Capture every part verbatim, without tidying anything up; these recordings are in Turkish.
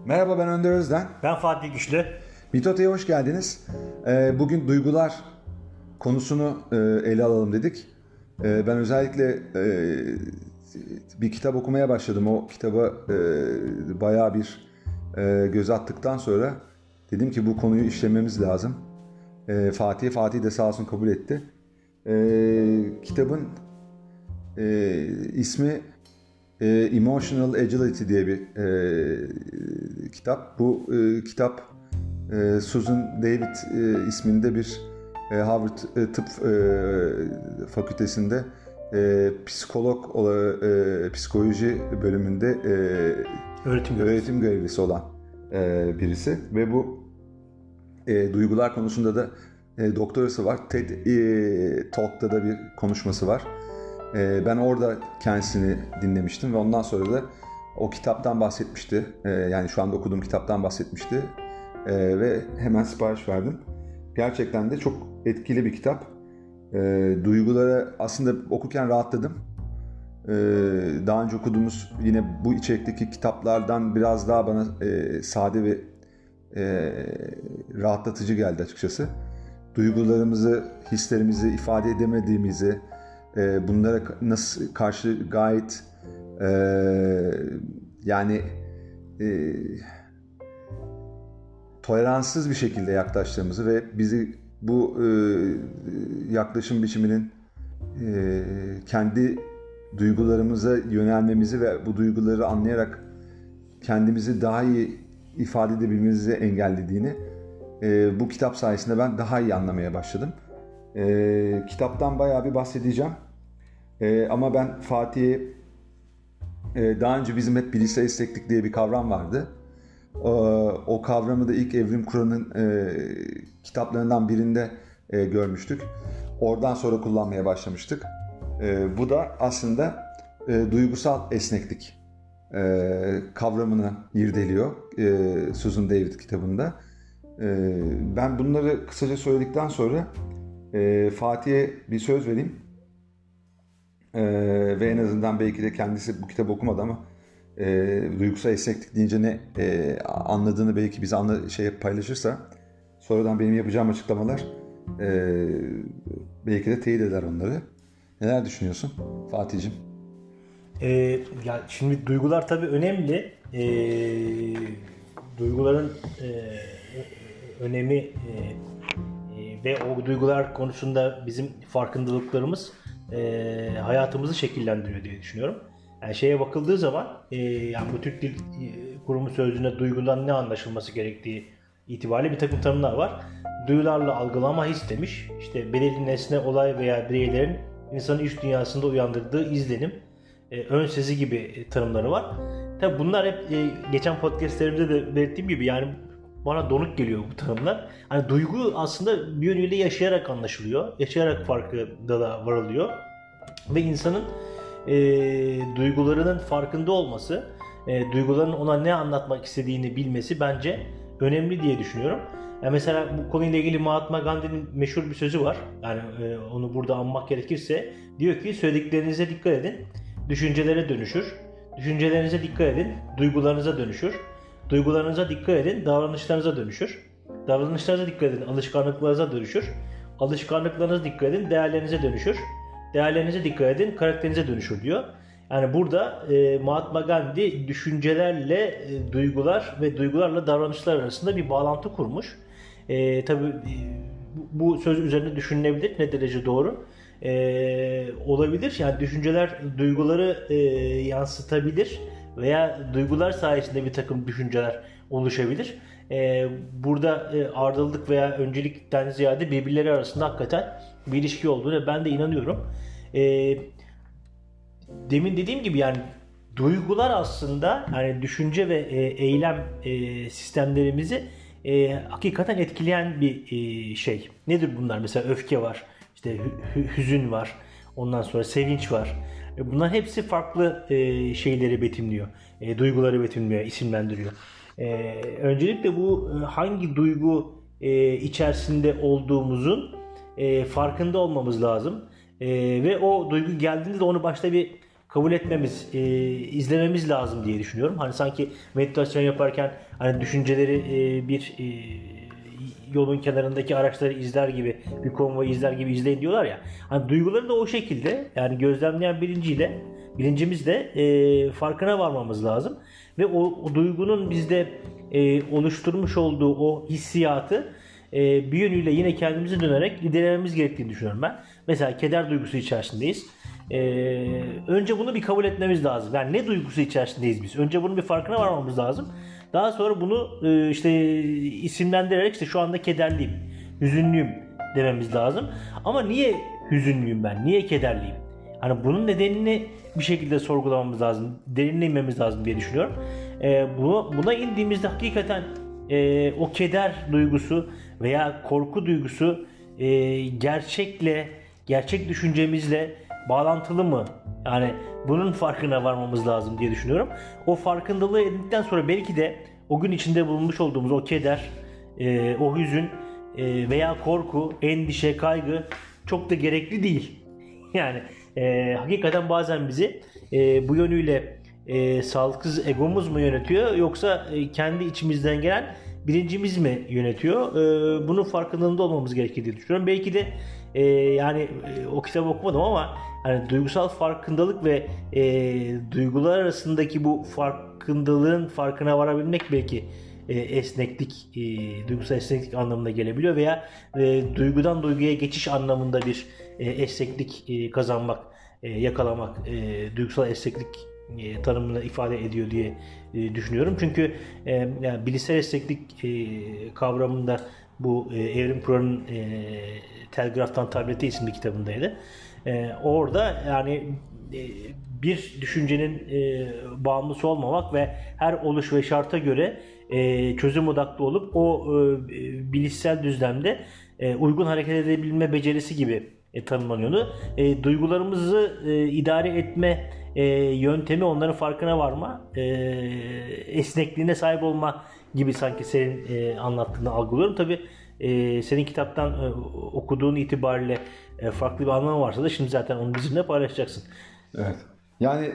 Merhaba, ben Önder Özden. Ben Fatih Güçlü. Mitota'ya hoş geldiniz. Bugün duygular konusunu ele alalım dedik. Ben özellikle bir kitap okumaya başladım. O kitaba bayağı bir göz attıktan sonra dedim ki bu konuyu işlememiz lazım. Fatih, Fatih de sağ olsun kabul etti. Kitabın ismi Emotional Agility diye bir e, kitap. Bu e, kitap e, Susan David e, isminde bir e, Harvard e, Tıp e, Fakültesinde e, psikolog e, psikoloji bölümünde e, öğretim, öğretim görevlisi olan e, birisi ve bu e, duygular konusunda da e, doktorası var. TED e, Talk'ta da bir konuşması var. Ben orada kendisini dinlemiştim ve ondan sonra da o kitaptan bahsetmişti. Yani şu anda okuduğum kitaptan bahsetmişti. Ve hemen sipariş verdim. Gerçekten de çok etkili bir kitap. Duygulara aslında okurken rahatladım. Daha önce okuduğumuz yine bu içerikteki kitaplardan biraz daha bana sade ve rahatlatıcı geldi açıkçası. Duygularımızı, hislerimizi ifade edemediğimizi, bunlara nasıl karşı gayet e, yani e, toleranssız bir şekilde yaklaştığımızı ve bizi bu e, yaklaşım biçiminin e, kendi duygularımıza yönelmemizi ve bu duyguları anlayarak kendimizi daha iyi ifade edebilmemizi engellediğini e, bu kitap sayesinde ben daha iyi anlamaya başladım. E, kitaptan bayağı bir bahsedeceğim. Ee, ama ben Fatih'e e, daha önce bizim hep bilişsel esneklik diye bir kavram vardı. O, o kavramı da ilk Evrim Kur'an'ın e, kitaplarından birinde e, görmüştük. Oradan sonra kullanmaya başlamıştık. E, bu da aslında e, duygusal esneklik e, kavramını irdeliyor e, Susan David kitabında. E, ben bunları kısaca söyledikten sonra e, Fatih'e bir söz vereyim. Ee, ve en azından belki de kendisi bu kitabı okumadı ama e, duygusal esneklik deyince ne e, anladığını belki bize anla, şey paylaşırsa sonradan benim yapacağım açıklamalar e, belki de teyit eder onları. Neler düşünüyorsun Fatih'cim? Ee, ya şimdi duygular tabii önemli. Ee, duyguların e, önemi e, e, ve o duygular konusunda bizim farkındalıklarımız E, hayatımızı şekillendiriyor diye düşünüyorum. Yani şeye bakıldığı zaman e, yani bu Türk Dil Kurumu sözlüğünde duygudan ne anlaşılması gerektiği itibariyle bir takım tanımlar var. Duyularla algılama, his demiş. İşte belirli nesne, olay veya bireylerin insanın iç dünyasında uyandırdığı izlenim, e, ön sezi gibi tanımları var. Tabi bunlar hep e, geçen podcastlerimde de belirttiğim gibi yani bana donuk geliyor bu tanımlar. Hani duygu aslında bir yönüyle yaşayarak anlaşılıyor. Yaşayarak farkında varılıyor. Ve insanın e, duygularının farkında olması, e, duyguların ona ne anlatmak istediğini bilmesi bence önemli diye düşünüyorum. Yani mesela bu konuyla ilgili Mahatma Gandhi'nin meşhur bir sözü var. Yani e, onu burada anmak gerekirse diyor ki söylediklerinize dikkat edin, düşüncelere dönüşür. Düşüncelerinize dikkat edin, duygularınıza dönüşür. Duygularınıza dikkat edin, davranışlarınıza dönüşür. Davranışlarınıza dikkat edin, alışkanlıklarınıza dönüşür. Alışkanlıklarınıza dikkat edin, değerlerinize dönüşür. Değerlerinize dikkat edin, karakterinize dönüşür diyor. Yani burada e, Mahatma Gandhi düşüncelerle e, duygular ve duygularla davranışlar arasında bir bağlantı kurmuş. E, tabii e, bu söz üzerine düşünülebilir, ne derece doğru e, olabilir. Yani düşünceler duyguları e, yansıtabilir. Veya duygular sayesinde bir takım düşünceler oluşabilir. Ee, burada e, ardılılık veya öncelikten ziyade birbirleri arasında hakikaten bir ilişki olduğunu ben de inanıyorum. Ee, demin dediğim gibi yani duygular aslında yani düşünce ve e, eylem e, sistemlerimizi e, hakikaten etkileyen bir e, şey. Nedir bunlar? Mesela öfke var, işte hü- hüzün var, ondan sonra sevinç var. Bunlar hepsi farklı e, şeyleri betimliyor, e, duyguları betimliyor, isimlendiriyor. E, öncelikle bu e, hangi duygu e, içerisinde olduğumuzun e, farkında olmamız lazım. E, ve o duygu geldiğinde de onu başta bir kabul etmemiz, e, izlememiz lazım diye düşünüyorum. Hani sanki meditasyon yaparken hani düşünceleri e, bir e, yolun kenarındaki araçları izler gibi, bir konvoyu izler gibi izleyin diyorlar ya. Hani duyguları da o şekilde, yani gözlemleyen bilinciyle, bilincimizle e, farkına varmamız lazım. Ve o, o duygunun bizde e, oluşturmuş olduğu o hissiyatı e, bir yönüyle yine kendimize dönerek liderlememiz gerektiğini düşünüyorum ben. Mesela keder duygusu içerisindeyiz. E, önce bunu bir kabul etmemiz lazım. Yani ne duygusu içerisindeyiz biz? Önce bunun bir farkına varmamız lazım. Daha sonra bunu e, işte isimlendirerek işte şu anda kederliyim, hüzünlüyüm dememiz lazım. Ama niye hüzünlüyüm ben? Niye kederliyim? Hani bunun nedenini bir şekilde sorgulamamız lazım, derinine inmemiz lazım diye düşünüyorum. E, bu, buna indiğimizde hakikaten e, o keder duygusu veya korku duygusu e, gerçekle, gerçek düşüncemizle bağlantılı mı? Yani bunun farkına varmamız lazım diye düşünüyorum. O farkındalığı edindikten sonra belki de o gün içinde bulunmuş olduğumuz o keder, e, o hüzün e, veya korku, endişe, kaygı çok da gerekli değil. Yani e, hakikaten bazen bizi e, bu yönüyle e, sağlıksız egomuz mu yönetiyor, yoksa e, kendi içimizden gelen bilincimiz mi yönetiyor? E, bunun farkında olmamız gerektiğini diye düşünüyorum. Belki de e, yani e, o kitabı okumadım ama hani duygusal farkındalık ve e, duygular arasındaki bu farkındalığın farkına varabilmek belki e, esneklik, e, duygusal esneklik anlamına gelebiliyor veya e, duygudan duyguya geçiş anlamında bir e, esneklik e, kazanmak, e, yakalamak, e, duygusal esneklik e, tanımını ifade ediyor diye e, düşünüyorum. Çünkü e, yani bilişsel esneklik e, kavramında bu e, Evrim Kur'an'ın e, Telgraftan Tablete isimli kitabındaydı. E, orada yani e, bir düşüncenin e, bağımlısı olmamak ve her oluş ve şarta göre e, çözüm odaklı olup o e, bilişsel düzlemde e, uygun hareket edebilme becerisi gibi e, tanımlanıyordu. E, duygularımızı e, idare etme e, yöntemi, onların farkına varma, e, esnekliğine sahip olma gibi sanki senin e, anlattığını algılıyorum. Tabii e, senin kitaptan e, okuduğun itibariyle e, farklı bir anlamı varsa da şimdi zaten onu bizimle paylaşacaksın. Evet. Yani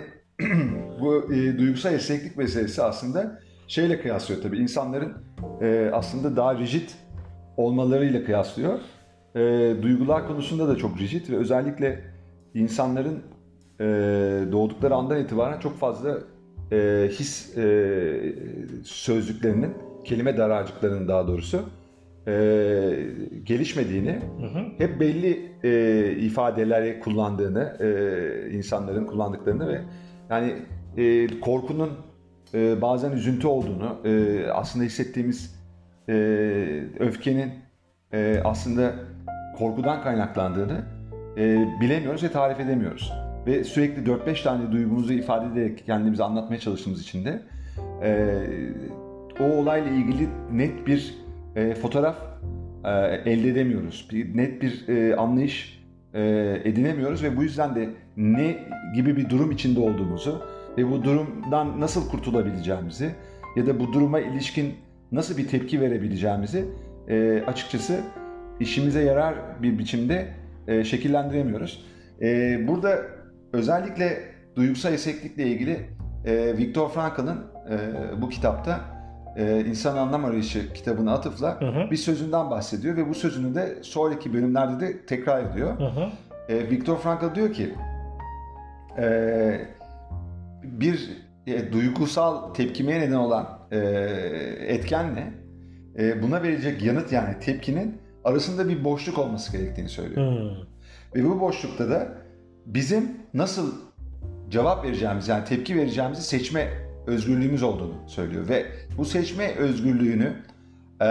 bu e, duygusal esneklik meselesi aslında şeyle kıyaslıyor tabii. İnsanların e, aslında daha rigid olmalarıyla kıyaslıyor. E, duygular konusunda da çok rigid ve özellikle insanların e, doğdukları andan itibaren çok fazla e, his e, sözcüklerinin, kelime daracıklarının daha doğrusu e, gelişmediğini, hı hı. hep belli e, ifadeleri kullandığını, e, insanların kullandıklarını ve yani e, korkunun e, bazen üzüntü olduğunu, e, aslında hissettiğimiz e, öfkenin e, aslında korkudan kaynaklandığını e, bilemiyoruz ve tarif edemiyoruz. Ve sürekli dört beş tane duygumuzu ifade ederek kendimizi anlatmaya çalıştığımız için de e, o olayla ilgili net bir e, fotoğraf e, elde edemiyoruz. Bir, net bir e, anlayış e, edinemiyoruz ve bu yüzden de ne gibi bir durum içinde olduğumuzu ve bu durumdan nasıl kurtulabileceğimizi ya da bu duruma ilişkin nasıl bir tepki verebileceğimizi e, açıkçası işimize yarar bir biçimde e, şekillendiremiyoruz. E, burada özellikle duygusal esneklikle ilgili e, Viktor Frankl'ın e, bu kitapta e, İnsan Anlam Arayışı kitabına atıfla hı hı. bir sözünden bahsediyor ve bu sözünü de sonraki bölümlerde de tekrar ediyor. Hı hı. E, Viktor Frankl diyor ki e, bir e, duygusal tepkimeye neden olan e, etkenle e, buna verecek yanıt, yani tepkinin arasında bir boşluk olması gerektiğini söylüyor. Hmm. Ve bu boşlukta da bizim nasıl cevap vereceğimiz, yani tepki vereceğimizi seçme özgürlüğümüz olduğunu söylüyor. Ve bu seçme özgürlüğünü e,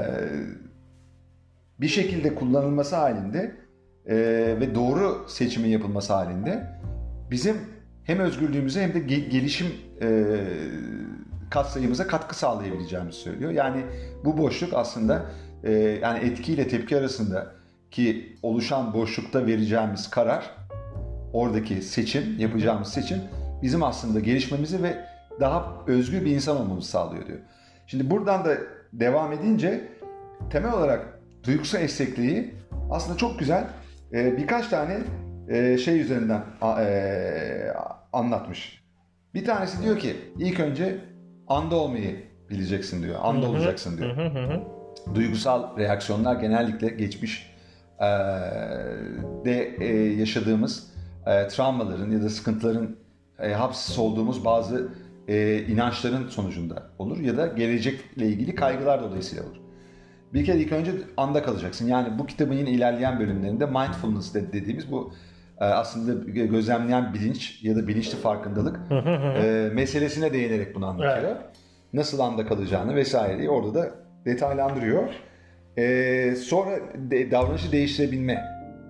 bir şekilde kullanılması halinde e, ve doğru seçimin yapılması halinde bizim hem özgürlüğümüze hem de ge- gelişim e, katsayımıza katkı sağlayabileceğimizi söylüyor. Yani bu boşluk aslında e, yani etki ile tepki arasında ki oluşan boşlukta vereceğimiz karar, oradaki seçim, yapacağımız seçim bizim aslında gelişmemizi ve daha özgür bir insan olmamızı sağlıyor diyor. Şimdi buradan da devam edince temel olarak duygusal esnekliği aslında çok güzel e, birkaç tane e, şey üzerinden a, e, anlatmış. Bir tanesi diyor ki ilk önce anda olmayı bileceksin diyor. Anda olacaksın diyor. Hı hı hı. Duygusal reaksiyonlar genellikle geçmiş e, de e, yaşadığımız e, travmaların ya da sıkıntıların e, hapsiz olduğumuz bazı e, inançların sonucunda olur ya da gelecekle ilgili kaygılar dolayısıyla olur. Bir kere ilk önce anda kalacaksın. Yani bu kitabın yine ilerleyen bölümlerinde mindfulness dediğimiz bu e, aslında gözlemleyen bilinç ya da bilinçli farkındalık e, meselesine değinerek bunu anlatıyor. Evet. Nasıl anda kalacağını vesaireyi orada da detaylandırıyor. E, sonra de, davranışı değiştirebilme.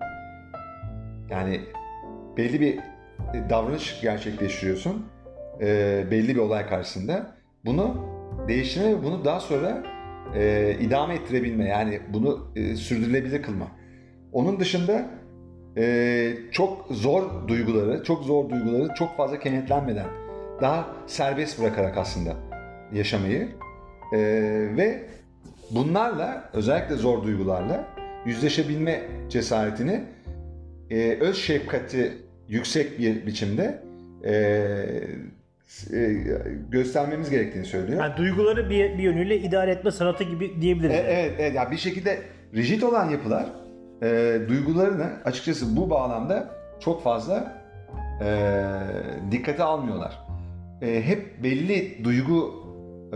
Yani belli bir davranış gerçekleştiriyorsun. E, belli bir olay karşısında. Bunu değiştirme ve bunu daha sonra e, idame ettirebilme. Yani bunu e, sürdürülebilir kılma. Onun dışında e, çok zor duyguları, çok zor duyguları çok fazla kenetlenmeden daha serbest bırakarak aslında yaşamayı e, ve bunlarla, özellikle zor duygularla yüzleşebilme cesaretini e, öz şefkati yüksek bir biçimde e, e, göstermemiz gerektiğini söylüyor. Yani duyguları bir, bir yönüyle idare etme sanatı gibi diyebiliriz. E, yani. evet, evet. Yani bir şekilde rigid olan yapılar e, duygularını açıkçası bu bağlamda çok fazla e, dikkate almıyorlar. E, hep belli duygu e,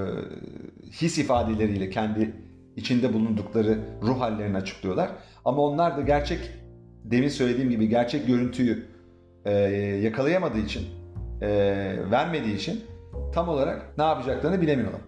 his ifadeleriyle kendi içinde bulundukları ruh hallerini açıklıyorlar. Ama onlar da gerçek, demin söylediğim gibi gerçek görüntüyü e, yakalayamadığı için, e, vermediği için tam olarak ne yapacaklarını bilemiyorlar.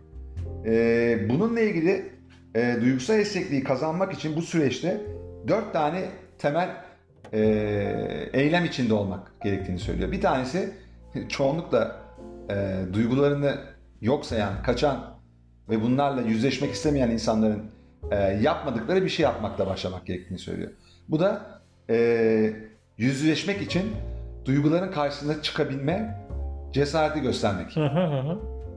E, bununla ilgili e, duygusal esnekliği kazanmak için bu süreçte dört tane temel e, eylem içinde olmak gerektiğini söylüyor. Bir tanesi çoğunlukla e, duygularını yok sayan, kaçan ve bunlarla yüzleşmek istemeyen insanların e, yapmadıkları bir şey yapmakla başlamak gerektiğini söylüyor. Bu da e, yüzleşmek için duyguların karşısına çıkabilme cesareti göstermek. Hı hı hı.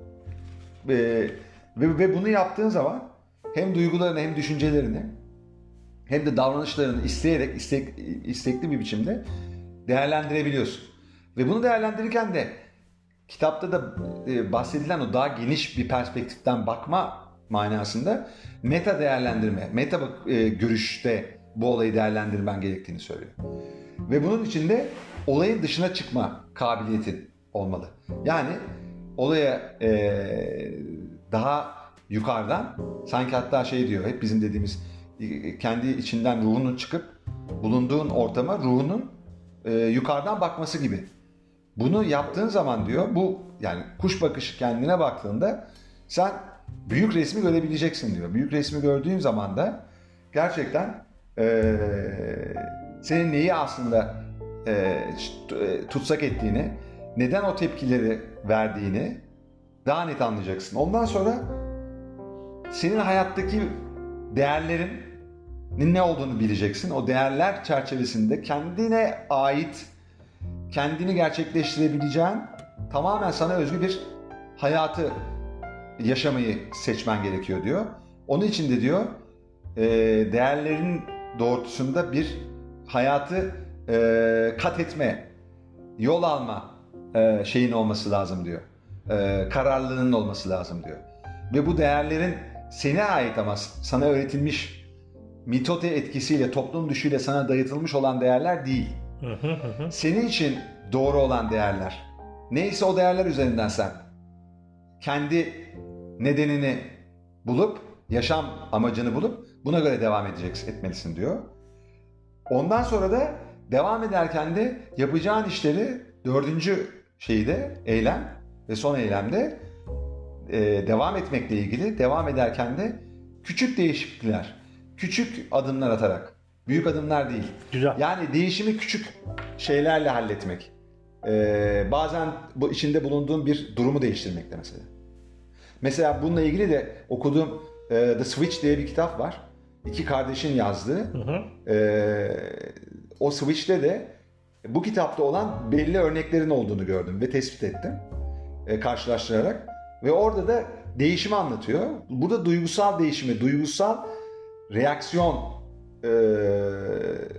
E, ve, ve bunu yaptığın zaman hem duygularını hem düşüncelerini hem de davranışlarını isteyerek, istek, istekli bir biçimde değerlendirebiliyorsun. Ve bunu değerlendirirken de kitapta da e, bahsedilen o daha geniş bir perspektiften bakma manasında meta değerlendirme, meta e, görüşte bu olayı değerlendirmen gerektiğini söylüyor. Ve bunun için de olayın dışına çıkma kabiliyetin olmalı. Yani olaya e, daha yukarıdan, sanki hatta şey diyor, hep bizim dediğimiz e, kendi içinden ruhunun çıkıp bulunduğun ortama ruhunun e, yukarıdan bakması gibi. Bunu yaptığın zaman diyor, bu yani kuş bakışı kendine baktığında sen büyük resmi görebileceksin diyor. Büyük resmi gördüğün zaman da gerçekten e, senin neyi aslında e, tutsak ettiğini, neden o tepkileri verdiğini daha net anlayacaksın. Ondan sonra senin hayattaki değerlerinin ne olduğunu bileceksin. O değerler çerçevesinde kendine ait, kendini gerçekleştirebileceğin tamamen sana özgü bir hayatı yaşamayı seçmen gerekiyor diyor. Onun için de diyor değerlerin doğrultusunda bir hayatı kat etme, yol alma şeyin olması lazım diyor. Kararlılığının olması lazım diyor. Ve bu değerlerin sana ait ama sana öğretilmiş mitote etkisiyle, toplum düşüyle sana dayatılmış olan değerler değil. Senin için doğru olan değerler. Neyse o değerler üzerinden sen kendi nedenini bulup, yaşam amacını bulup buna göre devam edeceksin, etmelisin diyor. Ondan sonra da devam ederken de yapacağın işleri dördüncü şeyde eylem ve son eylemde e, devam etmekle ilgili devam ederken de küçük değişiklikler, küçük adımlar atarak, büyük adımlar değil. Güzel. Yani değişimi küçük şeylerle halletmek. Ee, bazen bu içinde bulunduğun bir durumu değiştirmekte mesela. Mesela bununla ilgili de okuduğum e, The Switch diye bir kitap var. İki kardeşin yazdığı. Hı hı. E, o Switch'te de bu kitapta olan belli örneklerin olduğunu gördüm ve tespit ettim. E, karşılaştırarak. Ve orada da değişimi anlatıyor. Burada duygusal değişimi, duygusal reaksiyon e,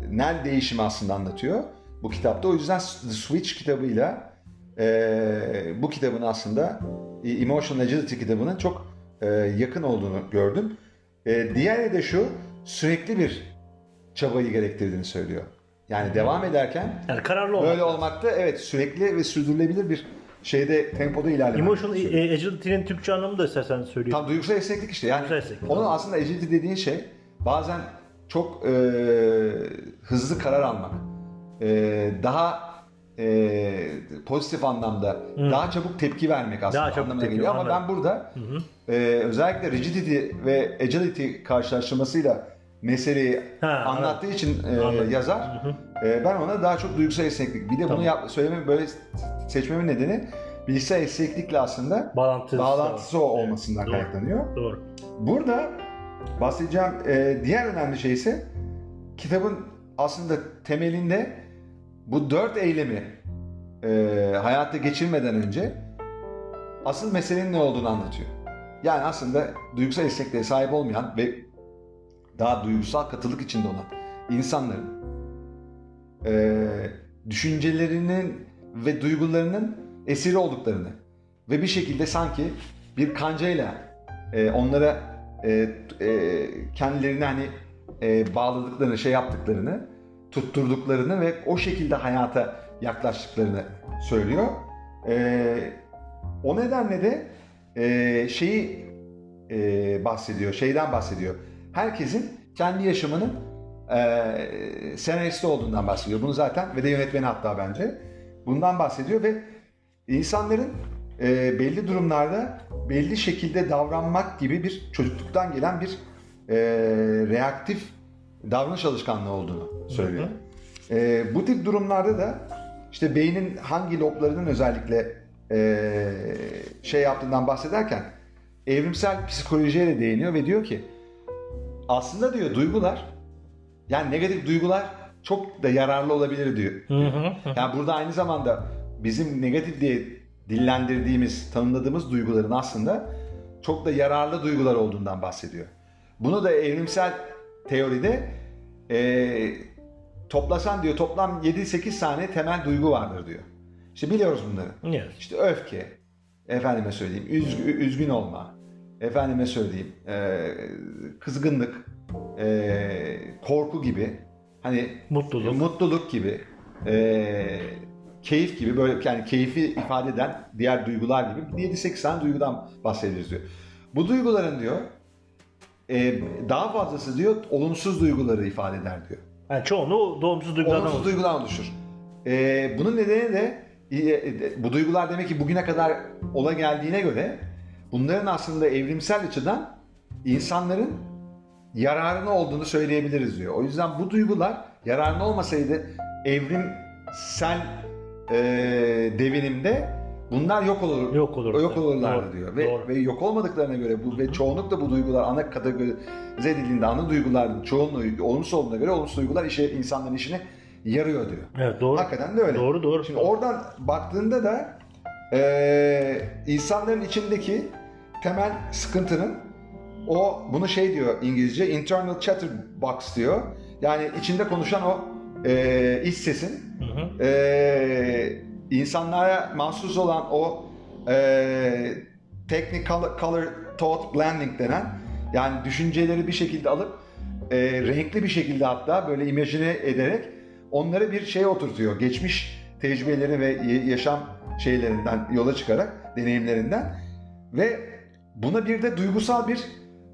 nel değişimi aslında anlatıyor bu kitapta. O yüzden The Switch kitabıyla e, bu kitabın aslında Emotional Agility kitabının çok e, yakın olduğunu gördüm. E, diğeri de şu, sürekli bir çabayı gerektirdiğini söylüyor. Yani devam ederken yani kararlı olmak böyle lazım. olmakta evet sürekli ve sürdürülebilir bir şeyde tempoda ilerlemek. Emotional Agility'nin Türkçe anlamı da istersen söyleyeyim. Tam duygusal esneklik işte. Yani Duygusal esneklik. onun aslında agility dediğin şey bazen çok e, hızlı karar almak. E, daha e, pozitif anlamda Hı. daha çabuk tepki vermek aslında Daha çabuk anlamına tepki, geliyor. Ama anladım. ben burada Hı hı. e, özellikle rigidity ve agility karşılaştırmasıyla meseleyi Ha, anlattığı anladım. için e, Anladım. yazar. Hı hı. E, ben ona daha çok duygusal esneklik. Bir de Tamam. bunu yap, söylememin böyle seçmemin nedeni bilgisayar esneklikle aslında Bağlantısı, bağlantısı var. olmasından Evet, kaynaklanıyor. Doğru. Burada bahsedeceğim e, diğer önemli şey ise kitabın aslında temelinde bu dört eylemi e, hayatta geçirmeden önce asıl meselenin ne olduğunu anlatıyor. Yani aslında duygusal esnekliğe sahip olmayan ve daha duygusal katılık içinde olan insanların e, düşüncelerinin ve duygularının esiri olduklarını ve bir şekilde sanki bir kancayla e, onlara e, e, kendilerini hani e, bağladıklarını, şey yaptıklarını, tutturduklarını ve o şekilde hayata yaklaştıklarını söylüyor. E, o nedenle de e, şeyi e, bahsediyor, şeyden bahsediyor. Herkesin kendi yaşamının e, senaristi olduğundan bahsediyor. Bunu zaten ve de yönetmeni hatta bence bundan bahsediyor ve insanların e, belli durumlarda belli şekilde davranmak gibi bir çocukluktan gelen bir e, reaktif davranış alışkanlığı olduğunu söylüyor. Hı hı. E, bu tip durumlarda da işte beynin hangi loblarının özellikle e, şey yaptığından bahsederken evrimsel psikolojiye de değiniyor ve diyor ki aslında diyor duygular yani negatif duygular çok da yararlı olabilir diyor. Hı hı. Yani burada aynı zamanda bizim negatif diye dillendirdiğimiz, tanımladığımız duyguların aslında çok da yararlı duygular olduğundan bahsediyor. Bunu da evrimsel teoride e, toplasan diyor toplam yedi sekiz tane temel duygu vardır diyor. İşte biliyoruz bunları. Evet. İşte öfke, efendime söyleyeyim, üzgün, üzgün olma, efendime söyleyeyim, e, kızgınlık, e, korku gibi, hani Mutluluk. mutluluk gibi, e, keyif gibi böyle yani keyfi ifade eden diğer duygular gibi yedi sekiz tane duygudan bahsederiz diyor. Bu duyguların diyor e, daha fazlası diyor olumsuz duyguları ifade eder diyor. Yani çoğunluğu doğumsuz duygulardan Olumsuz oluşur. duygular oluşur. E, bunun nedeni de e, bu duygular demek ki bugüne kadar ola geldiğine göre bunların aslında evrimsel açıdan insanların yararına olduğunu söyleyebiliriz diyor. O yüzden bu duygular yararına olmasaydı evrimsel e, devinimde bunlar yok olur, Yok olurdu. yok olurlardı Doğru, diyor. Ve, doğru. ve yok olmadıklarına göre bu ve çoğunlukla bu duygular ana kategorize edildiğinde ana duyguların çoğunluğu olumsuz olduğuna göre olumsuz duygular işe, insanların işine yarıyor diyor. Evet doğru. Hakikaten de öyle. Doğru doğru. Şimdi oradan baktığında da e, insanların içindeki temel sıkıntının o bunu şey diyor İngilizce internal chatterbox diyor. Yani içinde konuşan o e, iç sesin Hı hı. e, insanlara mahsus olan o e, technicolor color thought blending denen yani düşünceleri bir şekilde alıp e, renkli bir şekilde hatta böyle imajine ederek onları bir şeye oturtuyor. Geçmiş tecrübeleri ve yaşam şeylerinden yola çıkarak deneyimlerinden ve buna bir de duygusal bir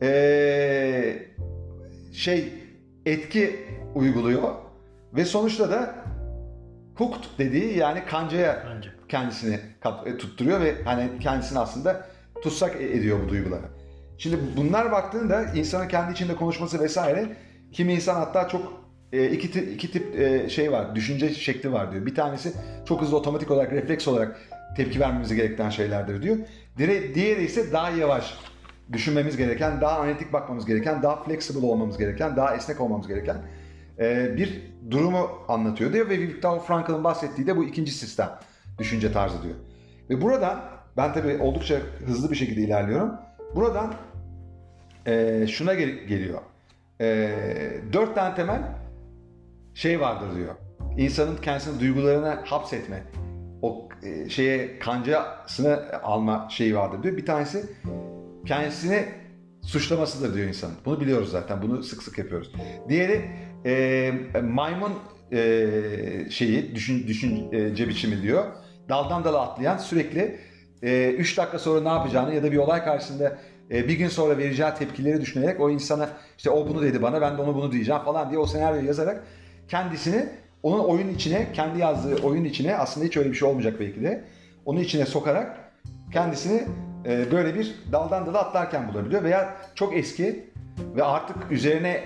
e, şey etki uyguluyor ve sonuçta da hooked dediği yani kancaya Kanca. kendisini kat, e, tutturuyor ve hani kendisini aslında tutsak ediyor bu duygulara. Şimdi bunlar baktığında insanın kendi içinde konuşması vesaire kimi insan hatta çok e, iki tip, iki tip e, şey var düşünce şekli var diyor. Bir tanesi çok hızlı otomatik olarak refleks olarak tepki vermemiz gereken şeylerdir diyor. Diğeri, diğeri ise daha yavaş düşünmemiz gereken, daha analitik bakmamız gereken, daha flexible olmamız gereken, daha esnek olmamız gereken e, bir durumu anlatıyor diyor ve Viktor Frankl'ın bahsettiği de bu ikinci sistem düşünce tarzı diyor. Ve buradan ben tabii oldukça hızlı bir şekilde ilerliyorum. Buradan e, şuna gel- geliyor. E, dört tane temel şey vardır diyor. İnsanın kendisini duygularına hapsetme, o e, şeye kancasını alma şeyi vardır diyor. Bir tanesi kendisini suçlamasıdır diyor insanın. Bunu biliyoruz zaten. Bunu sık sık yapıyoruz. Diğeri e, maymun e, şeyi, düşün, düşünce biçimi diyor. Daldan dala atlayan, sürekli üç dakika sonra ne yapacağını ya da bir olay karşısında e, bir gün sonra vereceği tepkileri düşünerek o insana işte o bunu dedi bana, ben de onu bunu diyeceğim falan diye o senaryoyu yazarak kendisini onun oyun içine, kendi yazdığı oyun içine, aslında hiç öyle bir şey olmayacak belki de, onun içine sokarak kendisini e, böyle bir daldan dala atlarken bulabiliyor. Veya çok eski ve artık üzerine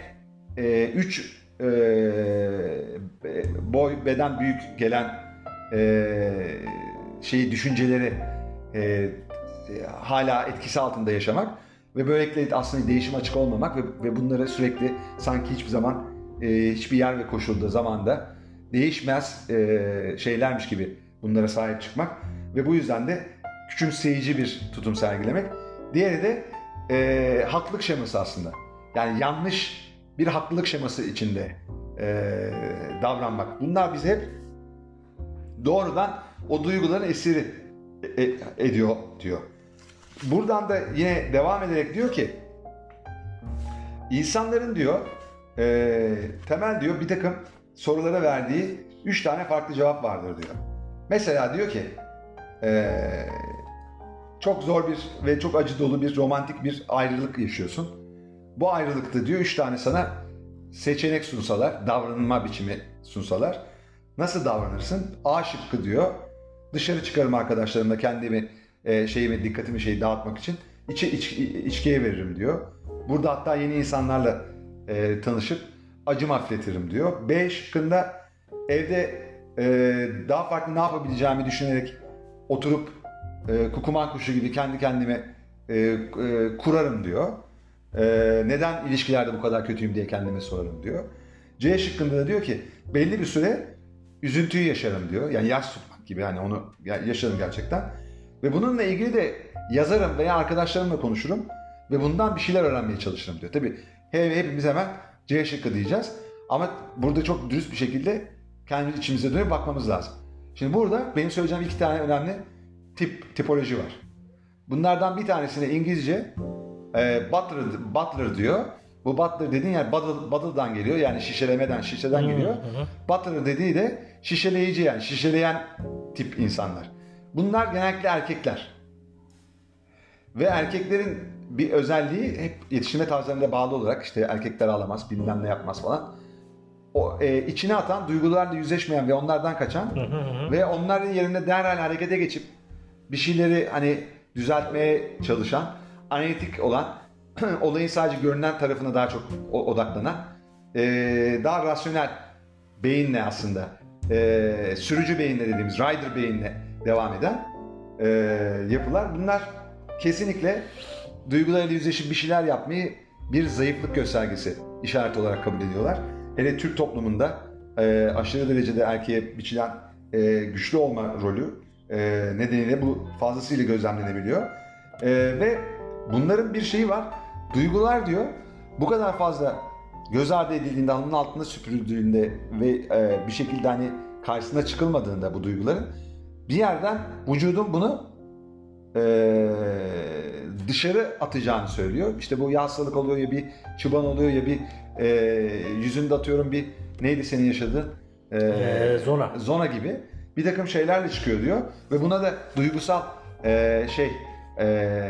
üç e, e, boy beden büyük gelen e, şeyi, düşünceleri e, e, hala etkisi altında yaşamak ve böylelikle aslında değişim açık olmamak ve, ve bunları sürekli sanki hiçbir zaman e, hiçbir yer ve koşulda, zamanda değişmez e, şeylermiş gibi bunlara sahip çıkmak ve bu yüzden de küçümseyici bir tutum sergilemek. Diğeri de e, haklılık şeması aslında. Yani yanlış bir haklılık şeması içinde e, davranmak. Bunlar bizi hep doğrudan o duyguların esiri e, ediyor diyor. Buradan da yine devam ederek diyor ki insanların diyor e, temel diyor bir takım sorulara verdiği üç tane farklı cevap vardır diyor. Mesela diyor ki e, çok zor bir ve çok acı dolu bir romantik bir ayrılık yaşıyorsun. Bu ayrılıkta diyor üç tane sana seçenek sunsalar, davranma biçimi sunsalar nasıl davranırsın? A şıkkı diyor. Dışarı çıkarım arkadaşlarımla kendimi e, şeyimi, dikkatimi şeyi dağıtmak için içi, iç, içkiye veririm diyor. Burada hatta yeni insanlarla e, tanışıp acım hafifletirim diyor. B şıkkında evde e, daha farklı ne yapabileceğimi düşünerek oturup e, kukuman kuşu gibi kendi kendime e, e, kurarım diyor. E, neden ilişkilerde bu kadar kötüyüm diye kendime sorarım diyor. C şıkkında da diyor ki belli bir süre üzüntüyü yaşarım diyor. Yani yaş tutmak gibi, hani onu yaşarım gerçekten. Ve bununla ilgili de yazarım veya arkadaşlarımla konuşurum ve bundan bir şeyler öğrenmeye çalışırım diyor. Tabii hepimiz hemen C şıkkı diyeceğiz. Ama burada çok dürüst bir şekilde kendi içimize dönüp bakmamız lazım. Şimdi burada benim söyleyeceğim iki tane önemli tip, tipoloji var. Bunlardan bir tanesine İngilizce e, butler, butler diyor. Bu butler dediğin yer bottle, bottle'dan geliyor, yani şişelemeden, şişeden geliyor. Butler dediği de şişeleyici, yani şişeleyen tip insanlar. Bunlar genellikle erkekler. Ve erkeklerin bir özelliği hep yetiştirme tarzlarına bağlı olarak işte erkekler ağlamaz, bilmem ne yapmaz falan. O e, içine atan, duygularla yüzleşmeyen ve onlardan kaçan ve onların yerine derhal harekete geçip bir şeyleri hani düzeltmeye çalışan, analitik olan, olayın sadece görünen tarafına daha çok odaklanan, e, daha rasyonel beyinle aslında, e, sürücü beyinle dediğimiz rider beyinle devam eden e, yapılar. Bunlar kesinlikle duygularıyla yüzleşip bir şeyler yapmayı bir zayıflık göstergesi işareti olarak kabul ediyorlar. Hele Türk toplumunda e, aşırı derecede erkeğe biçilen e, güçlü olma rolü e, nedeniyle bu fazlasıyla gözlemlenebiliyor. E, ve bunların bir şeyi var. Duygular diyor bu kadar fazla göz ardı edildiğinde, alnının altında süpürüldüğünde ve e, bir şekilde hani karşısına çıkılmadığında bu duyguların bir yerden vücudun bunu e, dışarı atacağını söylüyor. İşte bu ya hastalık oluyor, ya bir çıban oluyor, ya bir e, yüzünde atıyorum bir neydi senin yaşadığın e, ee, zona zona gibi bir takım şeylerle çıkıyor diyor ve buna da duygusal e, şey e,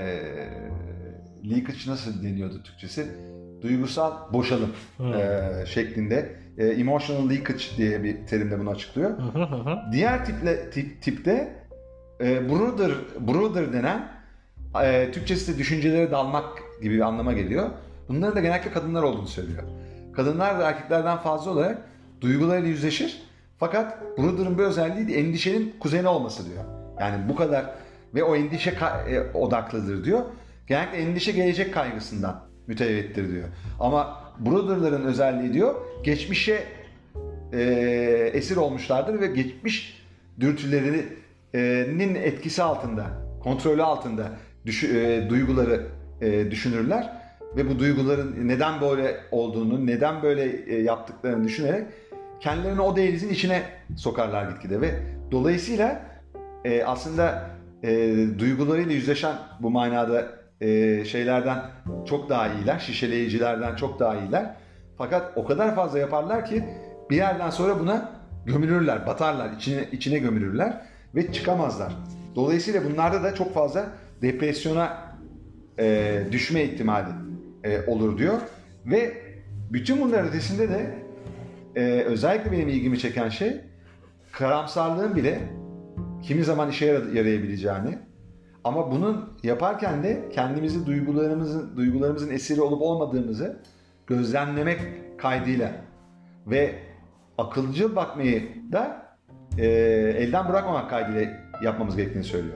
leakage nasıl deniyordu Türkçesi? Duygusal boşalım hmm. e, şeklinde e, emotional leakage diye bir terimle bunu açıklıyor. Hı hı hı. Diğer tiple tip, tipte e, brother brother denen e, Türkçesi de düşüncelere dalmak gibi bir anlama geliyor. Bunların da genellikle kadınlar olduğunu söylüyor. Kadınlar da erkeklerden fazla olarak duygularıyla yüzleşir. Fakat brother'ın bir özelliği de endişenin kuzeni olması diyor. Yani bu kadar ve o endişe e, odaklıdır diyor. Genellikle endişe gelecek kaygısından mütevellitttir diyor. Ama brother'ların özelliği diyor geçmişe e, esir olmuşlardır ve geçmiş dürtülerinin etkisi altında, kontrolü altında düş, e, duyguları e, düşünürler ve bu duyguların neden böyle olduğunu, neden böyle e, yaptıklarını düşünerek kendilerini o dehlizin içine sokarlar gitgide ve dolayısıyla e, aslında e, duygularıyla yüzleşen bu manada e, şeylerden çok daha iyiler, şişeleyicilerden çok daha iyiler. Fakat o kadar fazla yaparlar ki bir yerden sonra buna gömülürler, batarlar, içine, içine gömülürler ve çıkamazlar. Dolayısıyla bunlarda da çok fazla depresyona e, düşme ihtimali e, olur diyor. Ve bütün bunların ötesinde de e, özellikle benim ilgimi çeken şey karamsarlığın bile kimi zaman işe yarayabileceğini ama bunun yaparken de kendimizi duygularımızın duygularımızın esiri olup olmadığımızı gözlemlemek kaydıyla ve akılcı bakmayı da e, elden bırakmamak kaydıyla yapmamız gerektiğini söylüyor.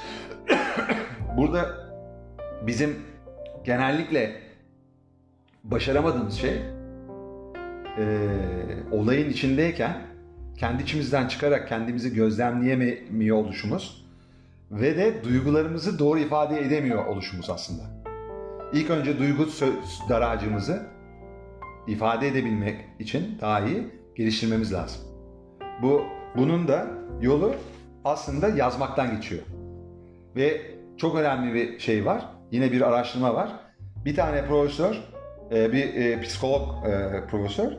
Burada bizim genellikle başaramadığımız şey e, olayın içindeyken kendi içimizden çıkarak kendimizi gözlemleyemiyor oluşumuz ve de duygularımızı doğru ifade edemiyor oluşumuz aslında. İlk önce duygu daracığımızı ifade edebilmek için daha iyi geliştirmemiz lazım. Bu bunun da yolu aslında yazmaktan geçiyor. Ve çok önemli bir şey var. Yine bir araştırma var. Bir tane profesör, bir psikolog profesör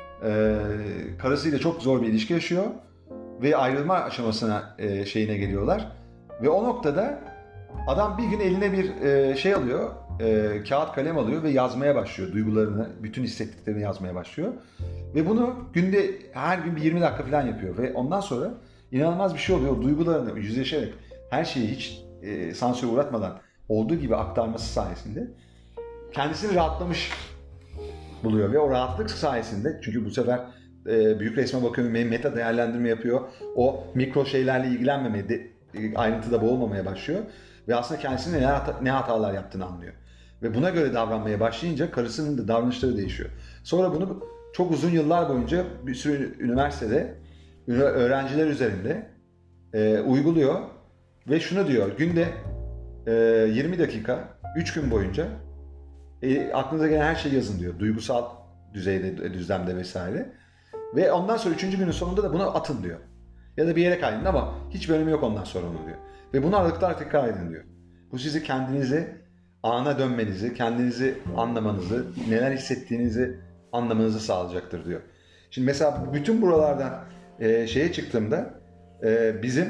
karısıyla çok zor bir ilişki yaşıyor ve ayrılma aşamasına şeyine geliyorlar. Ve o noktada adam bir gün eline bir şey alıyor, kağıt kalem alıyor ve yazmaya başlıyor. Duygularını, bütün hissettiklerini yazmaya başlıyor. Ve bunu günde her gün bir yirmi dakika falan yapıyor. Ve ondan sonra inanılmaz bir şey oluyor. Duygularını yüzleşerek her şeyi hiç e, sansüre uğratmadan olduğu gibi aktarması sayesinde kendisini rahatlamış buluyor. Ve o rahatlık sayesinde, çünkü bu sefer e, büyük resme bakıyor, meta değerlendirme yapıyor. O mikro şeylerle ilgilenmemeye, de, e, ayrıntıda boğulmamaya başlıyor. Ve aslında kendisinin ne, hata, ne hatalar yaptığını anlıyor. Ve buna göre davranmaya başlayınca karısının da davranışları değişiyor. Sonra bunu çok uzun yıllar boyunca bir sürü üniversitede öğrenciler üzerinde e, uyguluyor. Ve şunu diyor, günde e, yirmi dakika, üç gün boyunca e, aklınıza gelen her şeyi yazın diyor. Duygusal düzeyde, düzlemde vesaire. Ve ondan sonra üçüncü günün sonunda da bunu atın diyor. Ya da bir yere kaydın ama hiç bölümü yok ondan sonra onu diyor. Ve bunu aralıklarla tekrar edin diyor. Bu sizi kendinizi, ana dönmenizi, kendinizi anlamanızı, neler hissettiğinizi anlamanızı sağlayacaktır diyor. Şimdi mesela bütün buralardan e, şeye çıktığımda e, bizim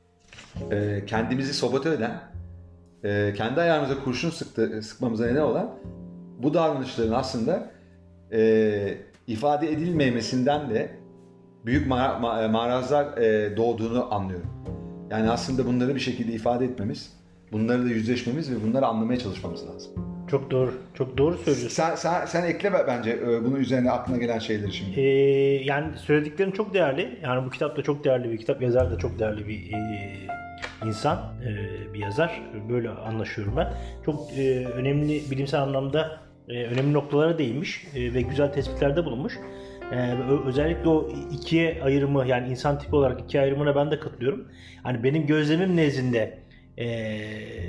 e, kendimizi sabote eden, e, kendi ayağımıza kurşun sıktı, sıkmamıza neden olan bu davranışların aslında e, ifade edilmemesinden de büyük ma- ma- marazlar e, doğduğunu anlıyorum. Yani aslında bunları bir şekilde ifade etmemiz, bunları da yüzleşmemiz ve bunları anlamaya çalışmamız lazım. Çok doğru. Çok doğru söylüyorsun. Sen, sen, sen ekle bence bunun üzerine aklına gelen şeyleri şimdi. Ee, yani söylediklerin çok değerli. Yani bu kitap da çok değerli bir kitap. Yazar da çok değerli bir e, insan, e, bir yazar. Böyle anlaşıyorum ben. Çok e, önemli, bilimsel anlamda e, önemli noktalara değinmiş e, ve güzel tespitlerde bulunmuş. E, özellikle o ikiye ayrımı, yani insan tipi olarak ikiye ayrımına ben de katılıyorum. Hani benim gözlemim nezdinde e,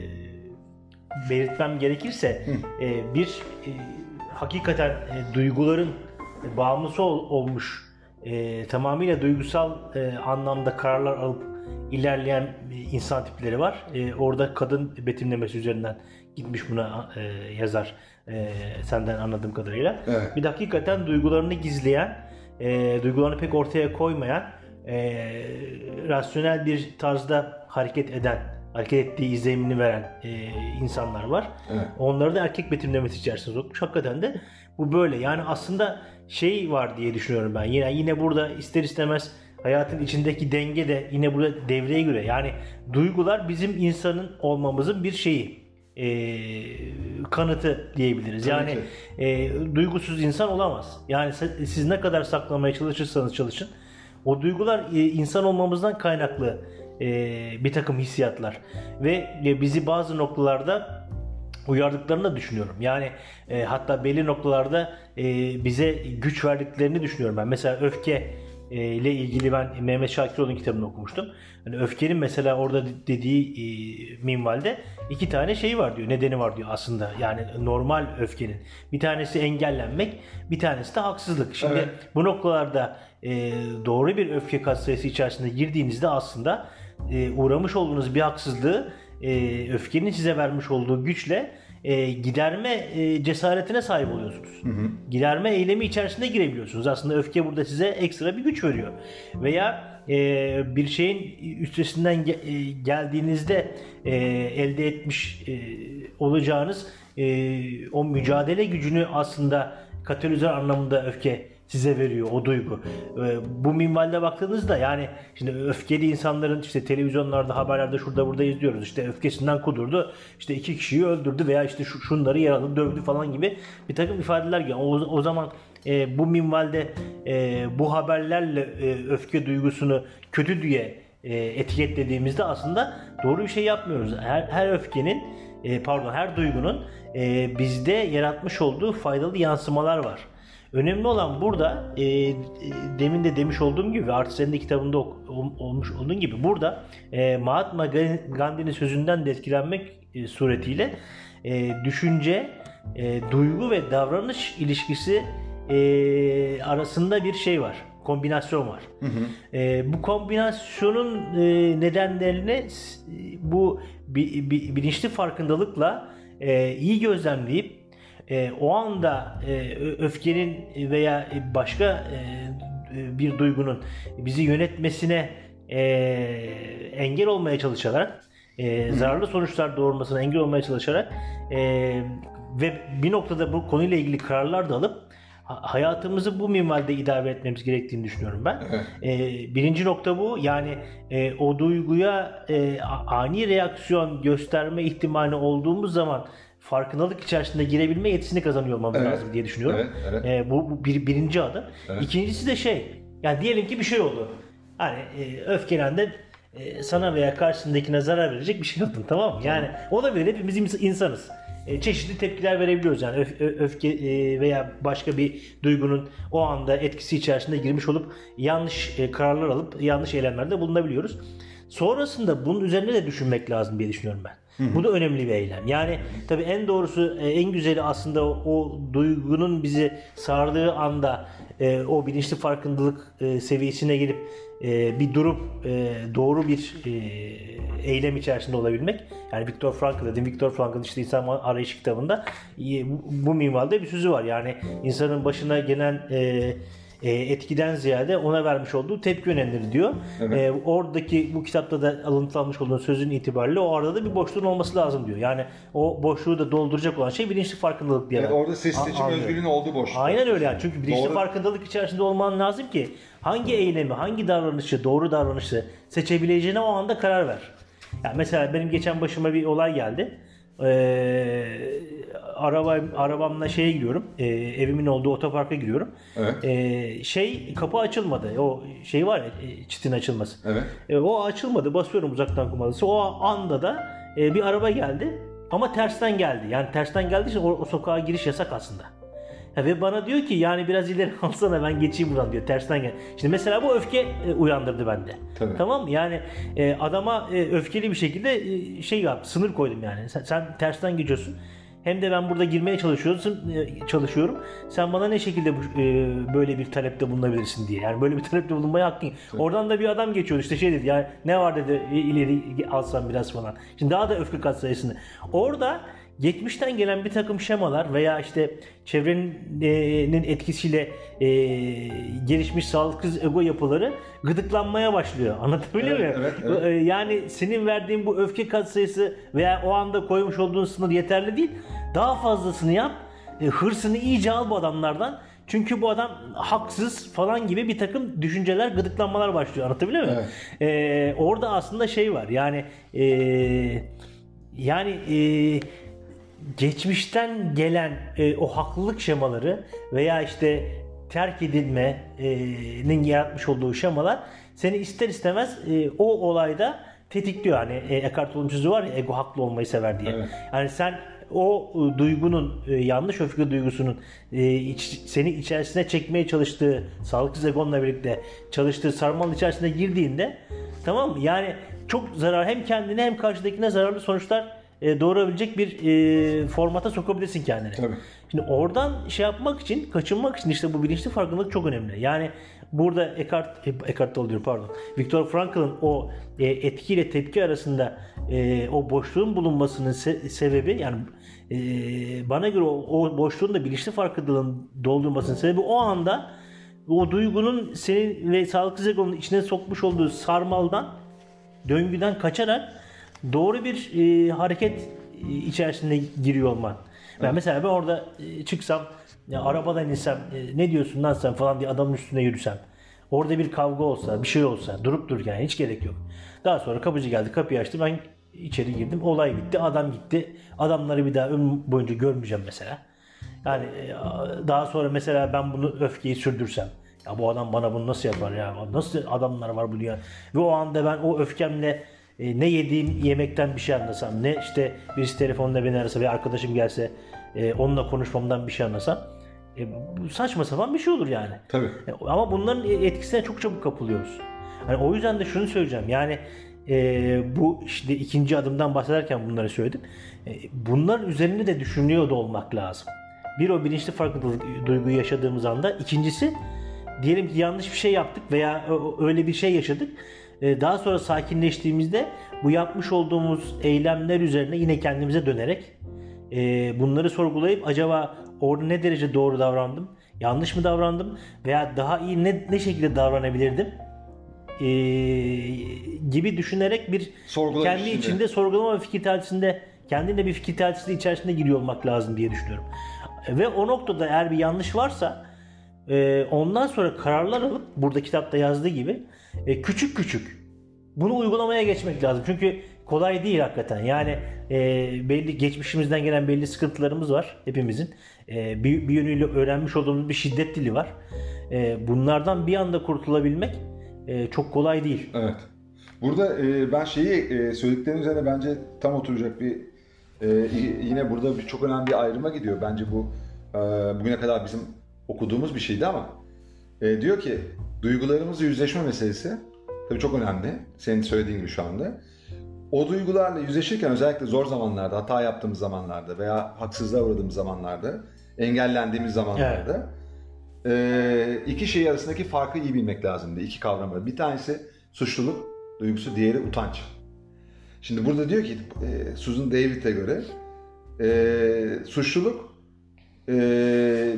belirtmem gerekirse e, bir e, hakikaten e, duyguların e, bağımlısı ol, olmuş e, tamamıyla duygusal e, anlamda kararlar alıp ilerleyen e, insan tipleri var. E, orada kadın betimlemesi üzerinden gitmiş buna e, yazar e, senden anladığım kadarıyla. Evet. Bir de hakikaten duygularını gizleyen, e, duygularını pek ortaya koymayan, e, rasyonel bir tarzda hareket eden, hareket ettiği izlenimini veren e, insanlar var. Evet. Onları da erkek betimlemesi içerisine sokmuş. Hakikaten de bu böyle. Yani aslında şey var diye düşünüyorum ben. Yine yine burada ister istemez hayatın içindeki denge de yine burada devreye göre. Yani duygular bizim insanın olmamızın bir şeyi. E, kanıtı diyebiliriz. Tabii yani e, duygusuz insan olamaz. Yani siz ne kadar saklamaya çalışırsanız çalışın, o duygular e, insan olmamızdan kaynaklı e, bir takım hissiyatlar ve e, bizi bazı noktalarda uyardıklarını da düşünüyorum. Yani e, hatta belli noktalarda e, bize güç verdiklerini düşünüyorum ben. Mesela öfke e, ile ilgili ben Mehmet Şakiroğlu'nun kitabını okumuştum. Hani öfkenin mesela orada dediği e, minvalde iki tane şey var diyor, nedeni var diyor aslında. Yani normal öfkenin. Bir tanesi engellenmek, bir tanesi de haksızlık. Şimdi evet. bu noktalarda e, doğru bir öfke katsayısı içerisinde girdiğinizde aslında e, uğramış olduğunuz bir haksızlığı e, öfkenin size vermiş olduğu güçle e, giderme e, cesaretine sahip oluyorsunuz. Hı hı. Giderme eylemi içerisinde girebiliyorsunuz. Aslında öfke burada size ekstra bir güç veriyor. Veya e, bir şeyin üstesinden ge- e, geldiğinizde e, elde etmiş e, olacağınız e, o mücadele gücünü aslında katalizör anlamında öfke size veriyor, o duygu. Bu minvalde baktığınızda yani şimdi öfkeli insanların işte televizyonlarda, haberlerde şurada burada izliyoruz. İşte öfkesinden kudurdu, işte iki kişiyi öldürdü veya işte şu, şunları yaraladı, dövdü falan gibi bir takım ifadeler geliyor. O, o zaman e, bu minvalde e, bu haberlerle e, öfke duygusunu kötü diye e, etiketlediğimizde aslında doğru bir şey yapmıyoruz. Her, her öfkenin e, pardon her duygunun e, bizde yaratmış olduğu faydalı yansımalar var. Önemli olan burada e, e, demin de demiş olduğum gibi ve artık senin de kitabında ol, olmuş olduğun gibi burada e, Mahatma Gandhi'nin sözünden de etkilenmek e, suretiyle e, düşünce, e, duygu ve davranış ilişkisi e, arasında bir şey var. Kombinasyon var. Hı hı. E, bu kombinasyonun e, nedenlerini e, bu bi, bi, bilinçli farkındalıkla e, iyi gözlemleyip E, o anda e, öfkenin veya başka e, bir duygunun bizi yönetmesine e, engel olmaya çalışarak, e, zararlı sonuçlar doğurmasına engel olmaya çalışarak e, ve bir noktada bu konuyla ilgili kararlar da alıp hayatımızı bu minvalde idare etmemiz gerektiğini düşünüyorum ben. Evet. E, birinci nokta bu. Yani e, o duyguya e, ani reaksiyon gösterme ihtimali olduğumuz zaman farkındalık içerisinde girebilme yetisini kazanıyor olmamız evet. lazım diye düşünüyorum. Evet, evet. E, bu, bu bir, birinci adım. Evet. İkincisi de şey, yani diyelim ki bir şey oldu. Hani e, öfkelendin, e, sana veya karşısındakine zarar verecek bir şey yaptın, tamam mı? Yani o da böyle hepimiz insanız. E, çeşitli tepkiler verebiliyoruz yani Öf, öfke e, veya başka bir duygunun o anda etkisi içerisinde girmiş olup yanlış e, kararlar alıp yanlış eylemlerde bulunabiliyoruz. Sonrasında bunun üzerine de düşünmek lazım diye düşünüyorum ben. Hı hı. Bu da önemli bir eylem. Yani tabii en doğrusu, en güzeli aslında o, o duygunun bizi sardığı anda e, o bilinçli farkındalık e, seviyesine gelip e, bir durup e, doğru bir e, eylem içerisinde olabilmek. Yani Viktor Frankl dedim. Viktor Frankl'ın işte İnsan Arayışı kitabında e, bu, bu minvalde bir sözü var. Yani insanın başına gelen e, E, etkiden ziyade ona vermiş olduğu tepki önemlidir diyor. Evet. E, oradaki bu kitapta da alıntılanmış olduğu sözün itibariyle o arada bir boşluğun olması lazım diyor. Yani o boşluğu da dolduracak olan şey bilinçli farkındalık diye. Evet, orada ses seçim A- özgürlüğünün olduğu boşluk. Aynen öyle yani. Çünkü bilinçli doğru. farkındalık içerisinde olman lazım ki hangi eylemi, hangi davranışı, doğru davranışı seçebileceğine o anda karar ver. Yani mesela benim geçen başıma bir olay geldi. Ee, araba arabamla şeye giriyorum. E, evimin olduğu otoparka giriyorum. Evet. E, şey kapı açılmadı. O şey var ya, e, çitin açılması. Evet. E, o açılmadı. Basıyorum uzaktan kumandası. O anda da e, bir araba geldi. Ama tersten geldi. Yani tersten geldiği için o, o sokağa giriş yasak aslında. Ya ve bana diyor ki yani biraz ileri alsana ben geçeyim buradan diyor. Tersten gel. Şimdi mesela bu öfke e, uyandırdı bende. Tabii. Tamam mı? Yani e, adama e, öfkeli bir şekilde e, şey yap, sınır koydum yani. Sen, sen tersten geçiyorsun. Hem de ben burada girmeye çalışıyorsun, çalışıyorum. Sen bana ne şekilde bu, e, böyle bir talepte bulunabilirsin diye. Yani böyle bir talepte bulunmaya hakkın. Evet. Oradan da bir adam geçiyordu işte şey dedi. Yani ne var dedi ileri alsam biraz falan. Şimdi daha da öfke katsayısını. Orada geçmişten gelen bir takım şemalar veya işte çevrenin etkisiyle e, gelişmiş sağlıksız ego yapıları gıdıklanmaya başlıyor. Anlatabiliyor muyum? Evet, evet, evet. Yani senin verdiğin bu öfke katsayısı veya o anda koymuş olduğun sınır yeterli değil. Daha fazlasını yap. E, hırsını iyice al bu adamlardan. Çünkü bu adam haksız falan gibi bir takım düşünceler, gıdıklanmalar başlıyor. Anlatabiliyor muyum? Evet. E, orada aslında şey var. Yani e, yani e, geçmişten gelen e, o haklılık şemaları veya işte terk edilmenin yaratmış olduğu şemalar seni ister istemez e, o olayda tetikliyor. Hani e, Eckhart Tolle sözü var ya, ego haklı olmayı sever diye. Evet. Yani sen o e, duygunun e, yanlış öfke duygusunun e, iç, seni içerisine çekmeye çalıştığı sağlıksız egonla birlikte çalıştığı sarmalın içerisine girdiğinde, tamam mı? Yani çok zarar, hem kendine hem karşıdakine zararlı sonuçlar e, doğurabilecek bir e, formata sokabilirsin kendini. Tabii. Şimdi oradan şey yapmak için, kaçınmak için işte bu bilinçli farkındalık çok önemli. Yani burada Eckhart, Eckhart Tolle diyorum pardon. Viktor Frankl'ın o e, etki ile tepki arasında e, o boşluğun bulunmasının se- sebebi, yani e, bana göre o, o boşluğun da bilinçli farkındalığın doldurmasının sebebi o anda o duygunun senin ve sağlıksız egonun içine sokmuş olduğu sarmaldan, döngüden kaçarak doğru bir e, hareket e, içerisinde giriyor olman. Ben evet. mesela ben orada e, çıksam, ya, arabadan insem, e, ne diyorsun lan sen falan diye adamın üstüne yürüsem, orada bir kavga olsa, bir şey olsa, durup dur yani, hiç gerek yok. Daha sonra kapıcı geldi, kapıyı açtı, ben içeri girdim, olay bitti, adam gitti. Adamları bir daha ömrüm boyunca görmeyeceğim mesela. Yani e, daha sonra mesela ben bunu, öfkeyi sürdürsem, ya bu adam bana bunu nasıl yapar ya, nasıl adamlar var bu dünya, ve o anda ben o öfkemle e, ne yediğim yemekten bir şey anlasam, ne işte birisi telefonla beni arasa ve arkadaşım gelse e, onunla konuşmamdan bir şey anlasam, e, bu saçma sapan bir şey olur yani. Tabii. E, ama bunların etkisine çok çabuk kapılıyoruz. Yani o yüzden de şunu söyleyeceğim, yani e, bu işte ikinci adımdan bahsederken bunları söyledim. E, bunların üzerinde de düşünüyor da olmak lazım. Bir, o bilinçli farkındalık duyguyu yaşadığımız anda. İkincisi, diyelim ki yanlış bir şey yaptık veya öyle bir şey yaşadık. Daha sonra sakinleştiğimizde bu yapmış olduğumuz eylemler üzerine yine kendimize dönerek bunları sorgulayıp acaba orada ne derece doğru davrandım, yanlış mı davrandım veya daha iyi ne, ne şekilde davranabilirdim gibi düşünerek bir kendi içinde. içinde sorgulama ve fikir teatisinde, kendine bir fikir teatisinde içerisinde giriyor olmak lazım diye düşünüyorum. Ve o noktada eğer bir yanlış varsa ondan sonra kararlar alıp, burada kitapta yazdığı gibi küçük küçük bunu uygulamaya geçmek lazım. Çünkü kolay değil hakikaten. Yani belli geçmişimizden gelen belli sıkıntılarımız var hepimizin. Bir, bir yönüyle öğrenmiş olduğumuz bir şiddet dili var. Bunlardan bir anda kurtulabilmek çok kolay değil. Evet. Burada ben şeyi söylediklerin üzerine bence tam oturacak bir yine burada bir çok önemli bir ayrıma gidiyor. Bence bu bugüne kadar bizim okuduğumuz bir şeydi ama e, diyor ki duygularımızla yüzleşme meselesi tabii çok önemli. Senin söylediğin gibi şu anda. O duygularla yüzleşirken özellikle zor zamanlarda, hata yaptığımız zamanlarda veya haksızlığa uğradığımız zamanlarda, engellendiğimiz zamanlarda evet. e, iki şey arasındaki farkı iyi bilmek lazım. İki kavramı. Bir tanesi suçluluk duygusu, diğeri utanç. Şimdi burada diyor ki e, Susan David'e göre e, suçluluk e,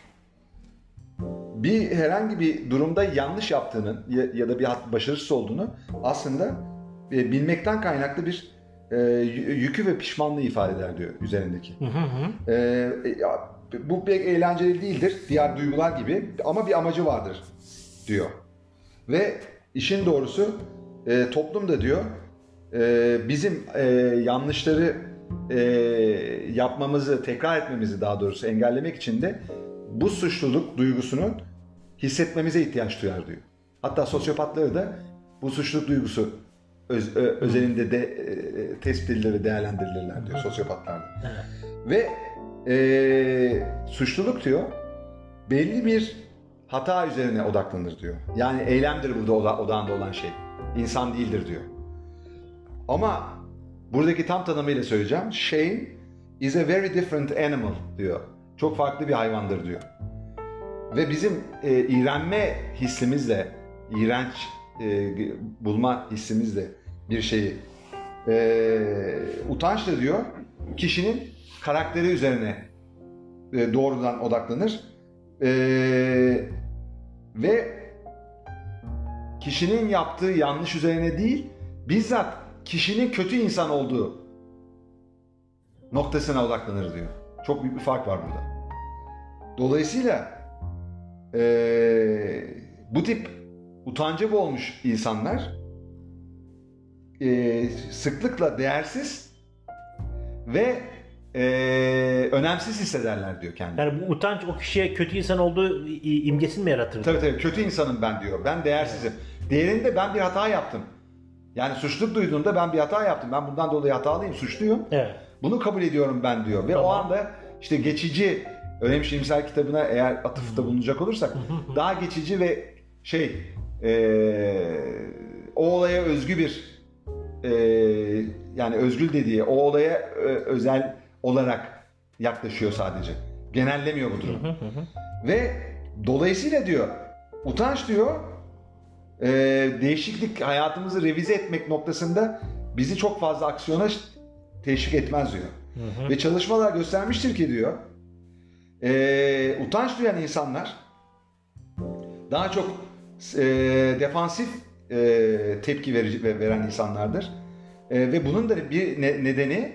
bir herhangi bir durumda yanlış yaptığının ya, ya da bir başarısız olduğunu aslında e, bilmekten kaynaklı bir e, yükü ve pişmanlığı ifade eder diyor üzerindeki. Hı hı. E, ya, bu pek eğlenceli değildir diğer duygular gibi ama bir amacı vardır diyor. Ve işin doğrusu e, toplum da diyor e, bizim e, yanlışları e, yapmamızı, tekrar etmemizi daha doğrusu engellemek için de bu suçluluk duygusunu hissetmemize ihtiyaç duyar diyor. Hatta sosyopatları da bu suçluluk duygusu öz, ö, özelinde de e, tespit edilir ve değerlendirilirler diyor sosyopatlar da. Ve e, suçluluk diyor belli bir hata üzerine odaklanır diyor. Yani eylemdir burada oda, odağında olan şey. İnsan değildir diyor. Ama buradaki tam tanımıyla söyleyeceğim. Shame is a very different animal diyor. Çok farklı bir hayvandır diyor. Ve bizim e, iğrenme hissimizle, iğrenç e, bulma hissimizle bir şeyi e, utançla diyor, kişinin karakteri üzerine e, doğrudan odaklanır. E, ve kişinin yaptığı yanlış üzerine değil, bizzat kişinin kötü insan olduğu noktasına odaklanır diyor. Çok büyük bir fark var burada. Dolayısıyla ee, bu tip utancı boğulmuş insanlar e, sıklıkla değersiz ve e, önemsiz hissederler diyor kendini. Yani bu utanç o kişiye kötü insan olduğu imgesini mi yaratır? Tabii tabii, kötü insanım ben diyor. Ben değersizim. Evet. Diğerinde ben bir hata yaptım. Yani suçluluk duyduğunda ben bir hata yaptım. Ben bundan dolayı hatalıyım, suçluyum. Evet. Bunu kabul ediyorum ben diyor. Ve Tamam. o anda işte geçici, Önem Şiirsel kitabına eğer atıfta bulunacak olursak daha geçici ve şey ee, o olaya özgü bir ee, yani özgül dediği o olaya e, özel olarak yaklaşıyor sadece. Genellemiyor bu durumu. Ve dolayısıyla diyor utanç diyor e, değişiklik hayatımızı revize etmek noktasında bizi çok fazla aksiyona teşvik etmez diyor. Hı hı. Ve çalışmalar göstermiştir ki diyor e, utanç duyan insanlar daha çok e, defansif e, tepki verici, veren insanlardır. E, ve bunun da bir ne, nedeni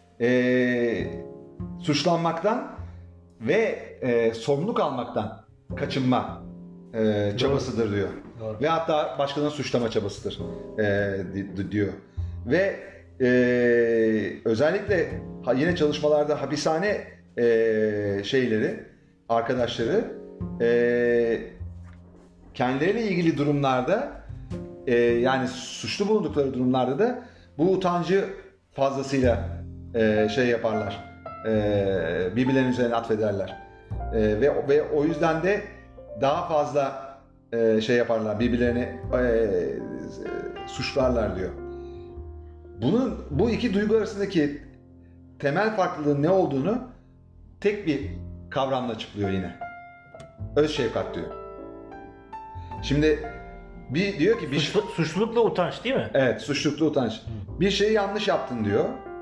e, suçlanmaktan ve e, sorumluluk almaktan kaçınma e, çabasıdır diyor. Doğru. Ve hatta başkalarını suçlama çabasıdır e, diyor. Ve e, özellikle yine çalışmalarda hapishane e, şeyleri, arkadaşları e, kendileriyle ilgili durumlarda e, yani suçlu bulundukları durumlarda da bu utancı fazlasıyla e, şey yaparlar, e, birbirlerinin üzerine atfederler e, ve ve o yüzden de daha fazla e, şey yaparlar, birbirlerini e, e, suçlarlar diyor. Bunun bu iki duygu arasındaki temel farklılığın ne olduğunu tek bir kavramla açıklıyor yine. Öz şefkat diyor. Şimdi bir diyor ki bir Suçlu, suçlulukla utanç değil mi? Evet, suçlulukla utanç. Hı. Bir şeyi yanlış yaptın diyor.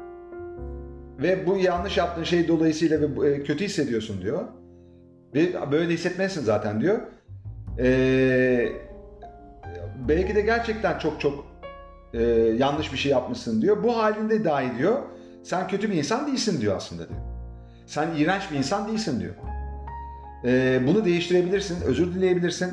Ve bu yanlış yaptığın şey dolayısıyla ve kötü hissediyorsun diyor. Ve böyle hissetmezsin zaten diyor. Ee, belki de gerçekten çok çok e, yanlış bir şey yapmışsın diyor. Bu halinde dahi diyor sen kötü bir insan değilsin diyor aslında diyor. Sen iğrenç bir insan değilsin diyor. Ee, bunu değiştirebilirsin, özür dileyebilirsin.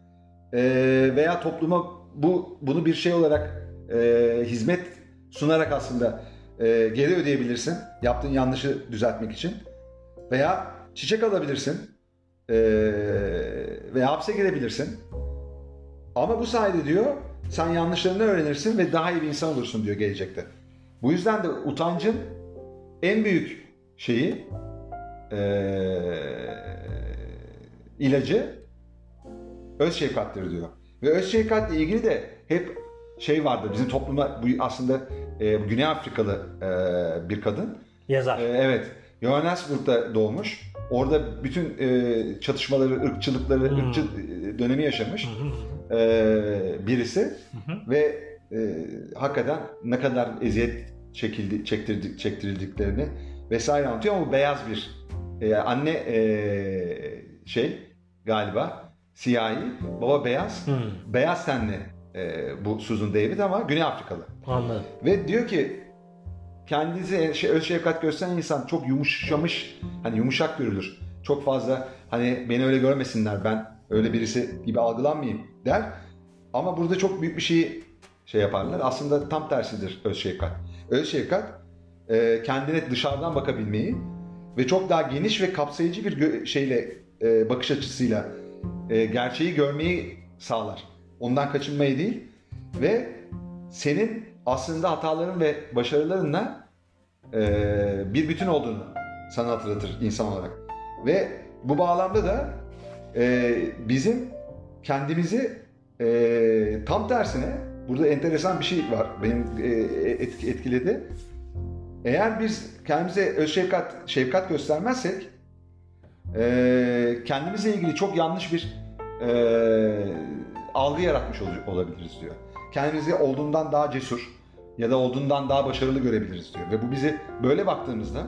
Ee, veya topluma bu bunu bir şey olarak e, hizmet sunarak aslında e, geri ödeyebilirsin. Yaptığın yanlışı düzeltmek için. Veya çiçek alabilirsin. E, veya hapse girebilirsin. Ama bu sayede diyor sen yanlışlarını öğrenirsin ve daha iyi bir insan olursun diyor gelecekte. Bu yüzden de utancın en büyük şeyi e, ilacı öz şefkattir diyor. Ve öz şefkatle ilgili de hep şey vardır. Bizim topluma bu aslında e, Güney Afrikalı e, bir kadın. Yazar. E, evet. Johannesburg'da doğmuş. Orada bütün e, çatışmaları, ırkçılıkları, hmm. ırkçı dönemi yaşamış e, birisi. Hmm. Ve e, hakikaten ne kadar eziyet çekildi, çektirdik, çektirildiklerini vesaire anlatıyor ama bu beyaz bir e, anne e, şey galiba siyahi, baba beyaz, hmm. beyaz tenli e, bu Susan David ama Güney Afrikalı. Anladım. Ve diyor ki kendisi şey, öz şefkat gösteren insan çok yumuşamış, hani yumuşak görülür. Çok fazla hani beni öyle görmesinler, ben öyle birisi gibi algılanmayayım der. Ama burada çok büyük bir şeyi şey yaparlar. Aslında tam tersidir öz şefkat. Öz şefkat e, kendine dışarıdan bakabilmeyi ve çok daha geniş ve kapsayıcı bir gö- şeyle e, bakış açısıyla e, gerçeği görmeyi sağlar. Ondan kaçınmayı değil ve senin aslında hataların ve başarılarınla e, bir bütün olduğunu sana hatırlatır insan olarak. Ve bu bağlamda da e, bizim kendimizi e, tam tersine, burada enteresan bir şey var benim e, etki, etkiledi. Eğer biz kendimize öz şefkat, şefkat göstermezsek e, kendimizle ilgili çok yanlış bir e, algı yaratmış olabiliriz diyor. Kendimizi olduğundan daha cesur ya da olduğundan daha başarılı görebiliriz diyor. Ve bu bizi böyle baktığımızda,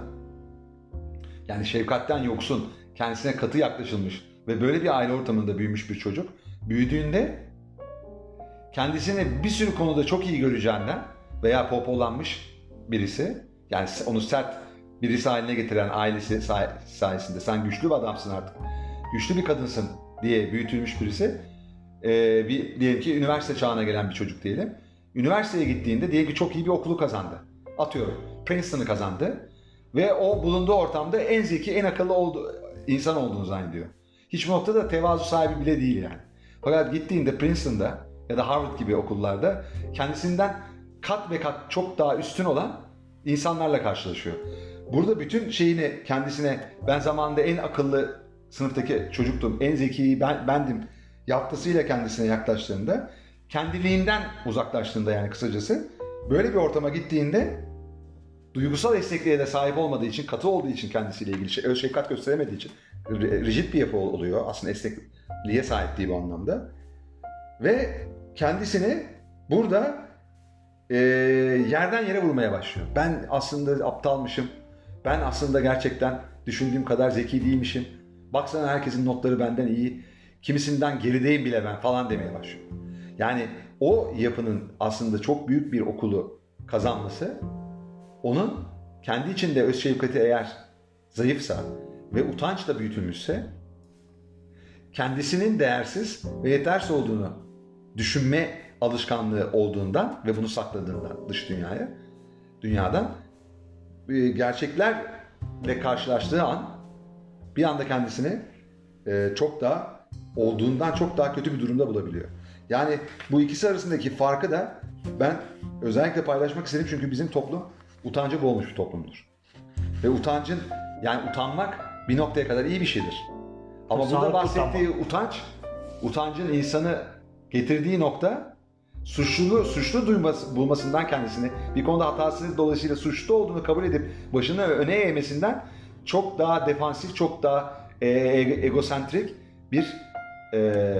yani şefkatten yoksun, kendisine katı yaklaşılmış ve böyle bir aile ortamında büyümüş bir çocuk büyüdüğünde kendisini bir sürü konuda çok iyi göreceğinden veya popolanmış birisi, yani onu sert birisi haline getiren ailesi sayesinde sen güçlü bir adamsın artık, güçlü bir kadınsın diye büyütülmüş birisi, Ee, bir, diyelim ki üniversite çağına gelen bir çocuk diyelim. Üniversiteye gittiğinde diyelim ki çok iyi bir okulu kazandı. Atıyorum Princeton'ı kazandı. Ve o bulunduğu ortamda en zeki, en akıllı oldu, insan olduğunu zannediyor. Hiçbir noktada tevazu sahibi bile değil yani. Fakat gittiğinde Princeton'da ya da Harvard gibi okullarda kendisinden kat ve kat çok daha üstün olan insanlarla karşılaşıyor. Burada bütün şeyini kendisine ben zamanında en akıllı sınıftaki çocuktum, en zeki ben, bendim yaptısıyla kendisine yaklaştığında, kendiliğinden uzaklaştığında yani kısacası böyle bir ortama gittiğinde duygusal esnekliğe de sahip olmadığı için, katı olduğu için kendisiyle ilgili şey, öz şefkat gösteremediği için rigid bir yapı oluyor aslında esnekliğe sahip değil bu anlamda. Ve kendisini burada e, yerden yere vurmaya başlıyor. Ben aslında aptalmışım. Ben aslında gerçekten düşündüğüm kadar zeki değilmişim. Baksana herkesin notları benden iyi. Kimisinden gerideyim bile ben falan demeye başlıyor. Yani o yapının aslında çok büyük bir okulu kazanması, onun kendi içinde öz şefkati eğer zayıfsa ve utançla büyütülmüşse, kendisinin değersiz ve yetersiz olduğunu düşünme alışkanlığı olduğundan ve bunu sakladığından dış dünyaya, dünyadan gerçeklerle karşılaştığı an bir anda kendisini çok daha olduğundan çok daha kötü bir durumda bulabiliyor. Yani bu ikisi arasındaki farkı da ben özellikle paylaşmak istedim çünkü bizim toplum utanca boğulmuş bir toplumdur. Ve utancın, yani utanmak bir noktaya kadar iyi bir şeydir. Ama burada bahsettiği utanç, utancın insanı getirdiği nokta suçluluğu, suçlu duyması, bulmasından kendisini bir konuda hatası dolayısıyla suçlu olduğunu kabul edip başını öne eğmesinden çok daha defansif, çok daha e, egosentrik bir e,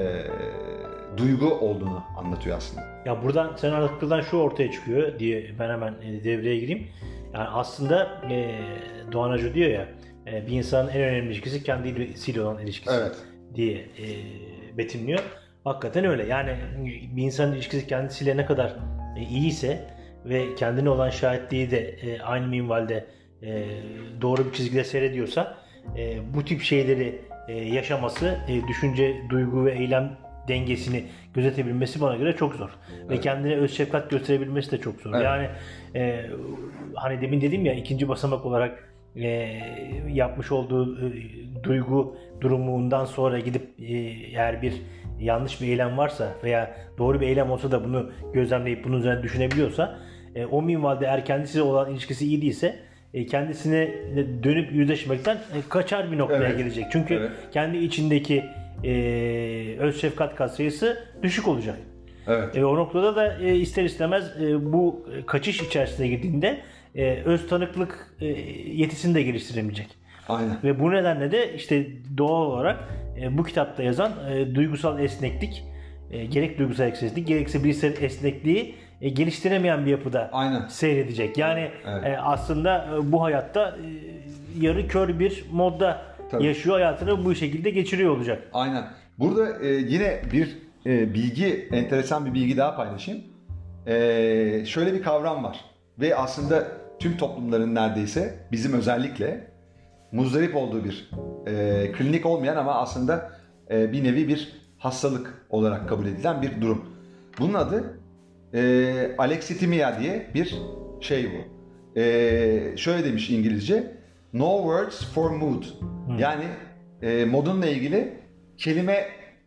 duygu olduğunu anlatıyor aslında. Ya buradan sen anlattıklarından şu ortaya çıkıyor diye ben hemen devreye gireyim. Yani aslında e, Doğan Hacı diyor ya e, bir insanın en önemli ilişkisi kendisiyle olan ilişkisi evet. diye e, betimliyor. Hakikaten öyle. Yani bir insanın ilişkisi kendisiyle ne kadar e, iyiyse ve kendine olan şahitliği de e, aynı minvalde e, doğru bir çizgide seyrediyorsa e, bu tip şeyleri e, yaşaması, e, düşünce, duygu ve eylem dengesini gözetebilmesi bana göre çok zor. Evet. Ve kendine öz şefkat gösterebilmesi de çok zor. Evet. Yani e, hani demin dedim ya ikinci basamak olarak e, yapmış olduğu e, duygu durumundan sonra gidip e, eğer bir yanlış bir eylem varsa veya doğru bir eylem olsa da bunu gözlemleyip bunun üzerine düşünebiliyorsa e, o minvalde eğer kendisiyle olan ilişkisi iyi değilse e, kendisine dönüp yüzleşmekten e, kaçar bir noktaya evet. gelecek. Çünkü evet. kendi içindeki e, öz şefkat katsayısı düşük olacak. Evet. E, o noktada da e, ister istemez e, bu kaçış içerisine girdiğinde e, öz tanıklık e, yetisini de geliştiremeyecek. Aynen. Ve bu nedenle de işte doğal olarak e, bu kitapta yazan e, duygusal esneklik, e, gerek duygusal esneklik gerekse bilişsel esnekliği e, geliştiremeyen bir yapıda Aynen. seyredecek. Yani evet. e, aslında e, bu hayatta e, yarı kör bir modda Tabii. yaşıyor, hayatını bu şekilde geçiriyor olacak. Aynen. Burada e, yine bir e, bilgi, enteresan bir bilgi daha paylaşayım. E, şöyle bir kavram var ve aslında tüm toplumların neredeyse bizim özellikle muzdarip olduğu bir e, klinik olmayan ama aslında e, bir nevi bir hastalık olarak kabul edilen bir durum. Bunun adı e, alexitimia diye bir şey bu. E, şöyle demiş İngilizce, no words for mood. Hmm. Yani e, modunla ilgili kelime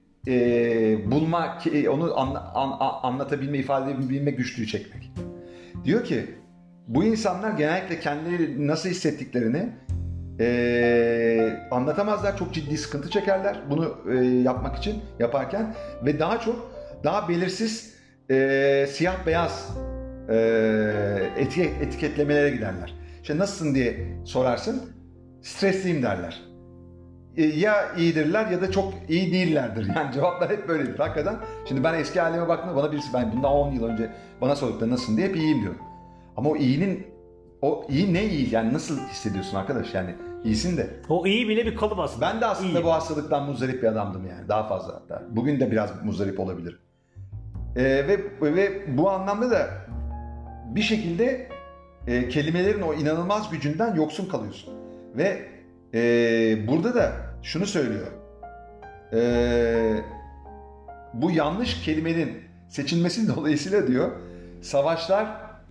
e, bulma, onu an, an, anlatabilme, ifade edebilme güçlüğü çekmek. Diyor ki bu insanlar genellikle kendileri nasıl hissettiklerini Ee, anlatamazlar, çok ciddi sıkıntı çekerler bunu e, yapmak için yaparken ve daha çok daha belirsiz e, siyah beyaz e, etiket, etiketlemelere giderler. İşte nasılsın diye sorarsın, stresliyim derler. E, ya iyidirler ya da çok iyi değillerdir. Yani cevaplar hep böyledir hakikaten. Şimdi ben eski halime baktığımda bana birisi ben bundan on yıl önce bana sordukları nasılsın diye hep iyiyim diyorum. Ama o iyinin O iyi ne iyi yani nasıl hissediyorsun arkadaş yani iyisin de. O iyi bile bir kalıp aslında. Ben de aslında iyi. Bu hastalıktan muzdarip bir adamdım yani daha fazla hatta. Bugün de biraz muzdarip olabilirim. Ee, ve ve bu anlamda da bir şekilde e, kelimelerin o inanılmaz gücünden yoksun kalıyorsun. Ve e, burada da şunu söylüyor. E, bu yanlış kelimenin seçilmesi dolayısıyla diyor savaşlar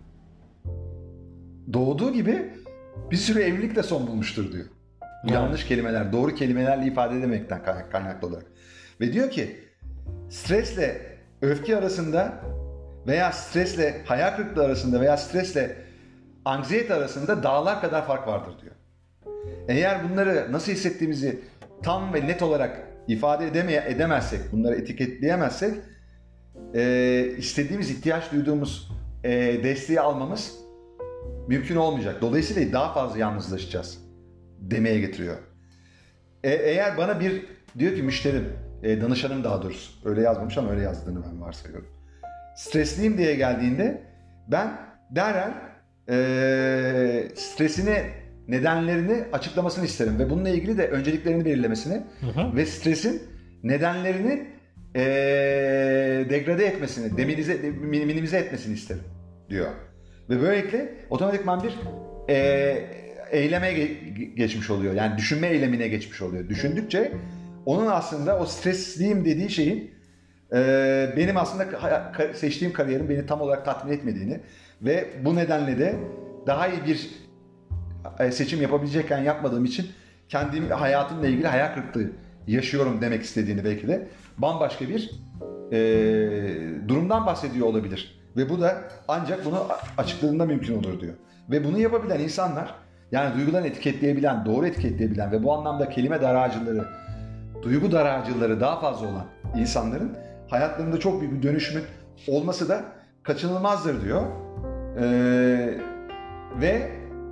doğduğu gibi bir sürü evlilik de son bulmuştur diyor. Evet. Yanlış kelimeler, doğru kelimelerle ifade edemekten kaynaklı olarak. Ve diyor ki stresle öfke arasında veya stresle hayal kırıklığı arasında veya stresle anksiyete arasında dağlar kadar fark vardır diyor. Eğer bunları nasıl hissettiğimizi tam ve net olarak ifade edemeye, edemezsek, bunları etiketleyemezsek, e, istediğimiz, ihtiyaç duyduğumuz e, desteği almamız mümkün olmayacak. Dolayısıyla daha fazla yalnızlaşacağız demeye getiriyor. E, eğer bana bir diyor ki müşterim, e, danışanım daha doğrusu, öyle yazmamış ama öyle yazdığını ben varsayıyorum. Stresliyim diye geldiğinde ben derhal e, stresini, nedenlerini açıklamasını isterim ve bununla ilgili de önceliklerini belirlemesini hı hı. ve stresin nedenlerini e, degrade etmesini, deminize, minimize etmesini isterim diyor. Ve böylelikle otomatikman bir e, eyleme ge- geçmiş oluyor. Yani düşünme eylemine geçmiş oluyor. Düşündükçe onun aslında o stresliyim dediği şeyin e, benim aslında seçtiğim kariyerin beni tam olarak tatmin etmediğini ve bu nedenle de daha iyi bir seçim yapabilecekken yapmadığım için kendim hayatımla ilgili hayal kırıklığı yaşıyorum demek istediğini belki de bambaşka bir e, durumdan bahsediyor olabilir. Ve bu da ancak bunu açıkladığında mümkün olur diyor. Ve bunu yapabilen insanlar, yani duygularını etiketleyebilen, doğru etiketleyebilen ve bu anlamda kelime daracıları, duygu daracıları daha fazla olan insanların hayatlarında çok büyük bir dönüşümün olması da kaçınılmazdır diyor. Ee, ve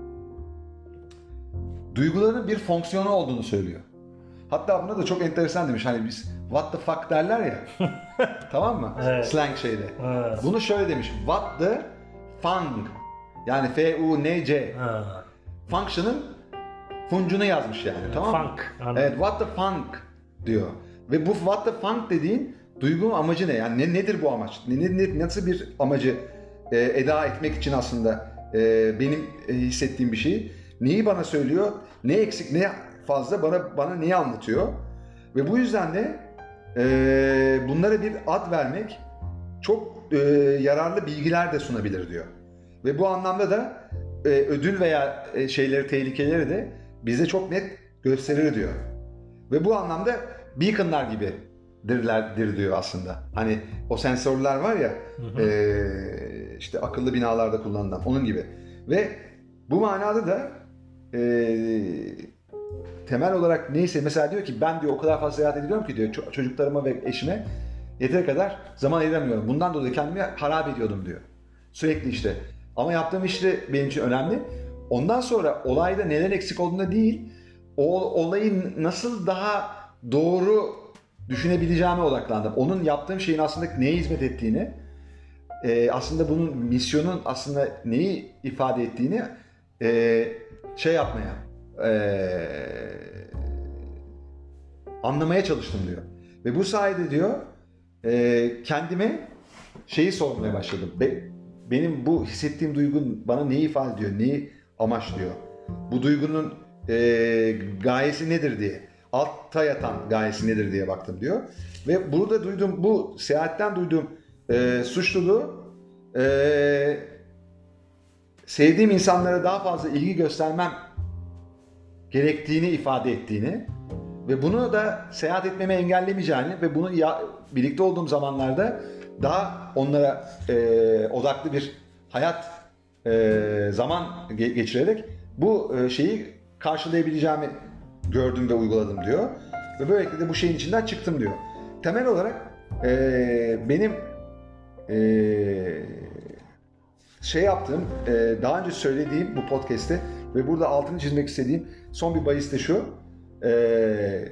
duyguların bir fonksiyonu olduğunu söylüyor. Hatta buna da çok enteresan demiş. Hani biz what the fuck derler ya. Tamam mı? Evet. Slang şeyde. Evet. Bunu şöyle demiş. What the funk. Yani F U N C. Function'ın funcunu yazmış yani. Evet, tamam mı? Funk. Anladım. Evet, what the funk diyor. Ve bu what the funk dediğin duygunun amacı ne? Yani ne, nedir bu amaç? Ne, ne, nasıl bir amacı e, eda etmek için aslında e, benim e, hissettiğim bir şey? Neyi bana söylüyor? Ne eksik, ne fazla bana bana neyi anlatıyor? Ve bu yüzden de e, bunlara bir ad vermek çok e, yararlı bilgiler de sunabilir diyor. Ve bu anlamda da e, ödül veya e, şeyleri, tehlikeleri de bize çok net gösterir diyor. Ve bu anlamda beaconlar gibidirler diyor aslında. Hani o sensörler var ya, hı hı. E, işte akıllı binalarda kullanılan, onun gibi. Ve bu manada da e, temel olarak neyse, mesela diyor ki ben diyor o kadar fazla seyahat ediyorum ki diyor çocuklarıma ve eşime yeteri kadar zaman ayıramıyorum. Bundan dolayı kendimi harap ediyordum diyor. Sürekli işte. Ama yaptığım işte benim için önemli. Ondan sonra olayda neden eksik olduğunda değil, o olayı nasıl daha doğru düşünebileceğime odaklandım. Onun yaptığım şeyin aslında neye hizmet ettiğini, e, aslında bunun misyonun aslında neyi ifade ettiğini e, şey yapmaya, e, anlamaya çalıştım diyor. Ve bu sayede diyor e, kendime şeyi sormaya başladım. Be, benim bu hissettiğim duygun bana neyi ifade ediyor, neyi amaçlıyor? Bu duygunun e, gayesi nedir diye, altta yatan gayesi nedir diye baktım diyor. Ve burada duyduğum, bu seyahatten duyduğum e, suçluluğu e, sevdiğim insanlara daha fazla ilgi göstermem gerektiğini ifade ettiğini ve bunu da seyahat etmemi engellemeyeceğini ve bunu ya, birlikte olduğum zamanlarda daha onlara e, odaklı bir hayat e, zaman ge- geçirerek bu e, şeyi karşılayabileceğimi gördüm ve uyguladım diyor. Ve böylelikle de bu şeyin içinden çıktım diyor. Temel olarak e, benim e, şey yaptığım, e, daha önce söylediğim bu podcast'te ve burada altını çizmek istediğim son bir bahis de şu. E,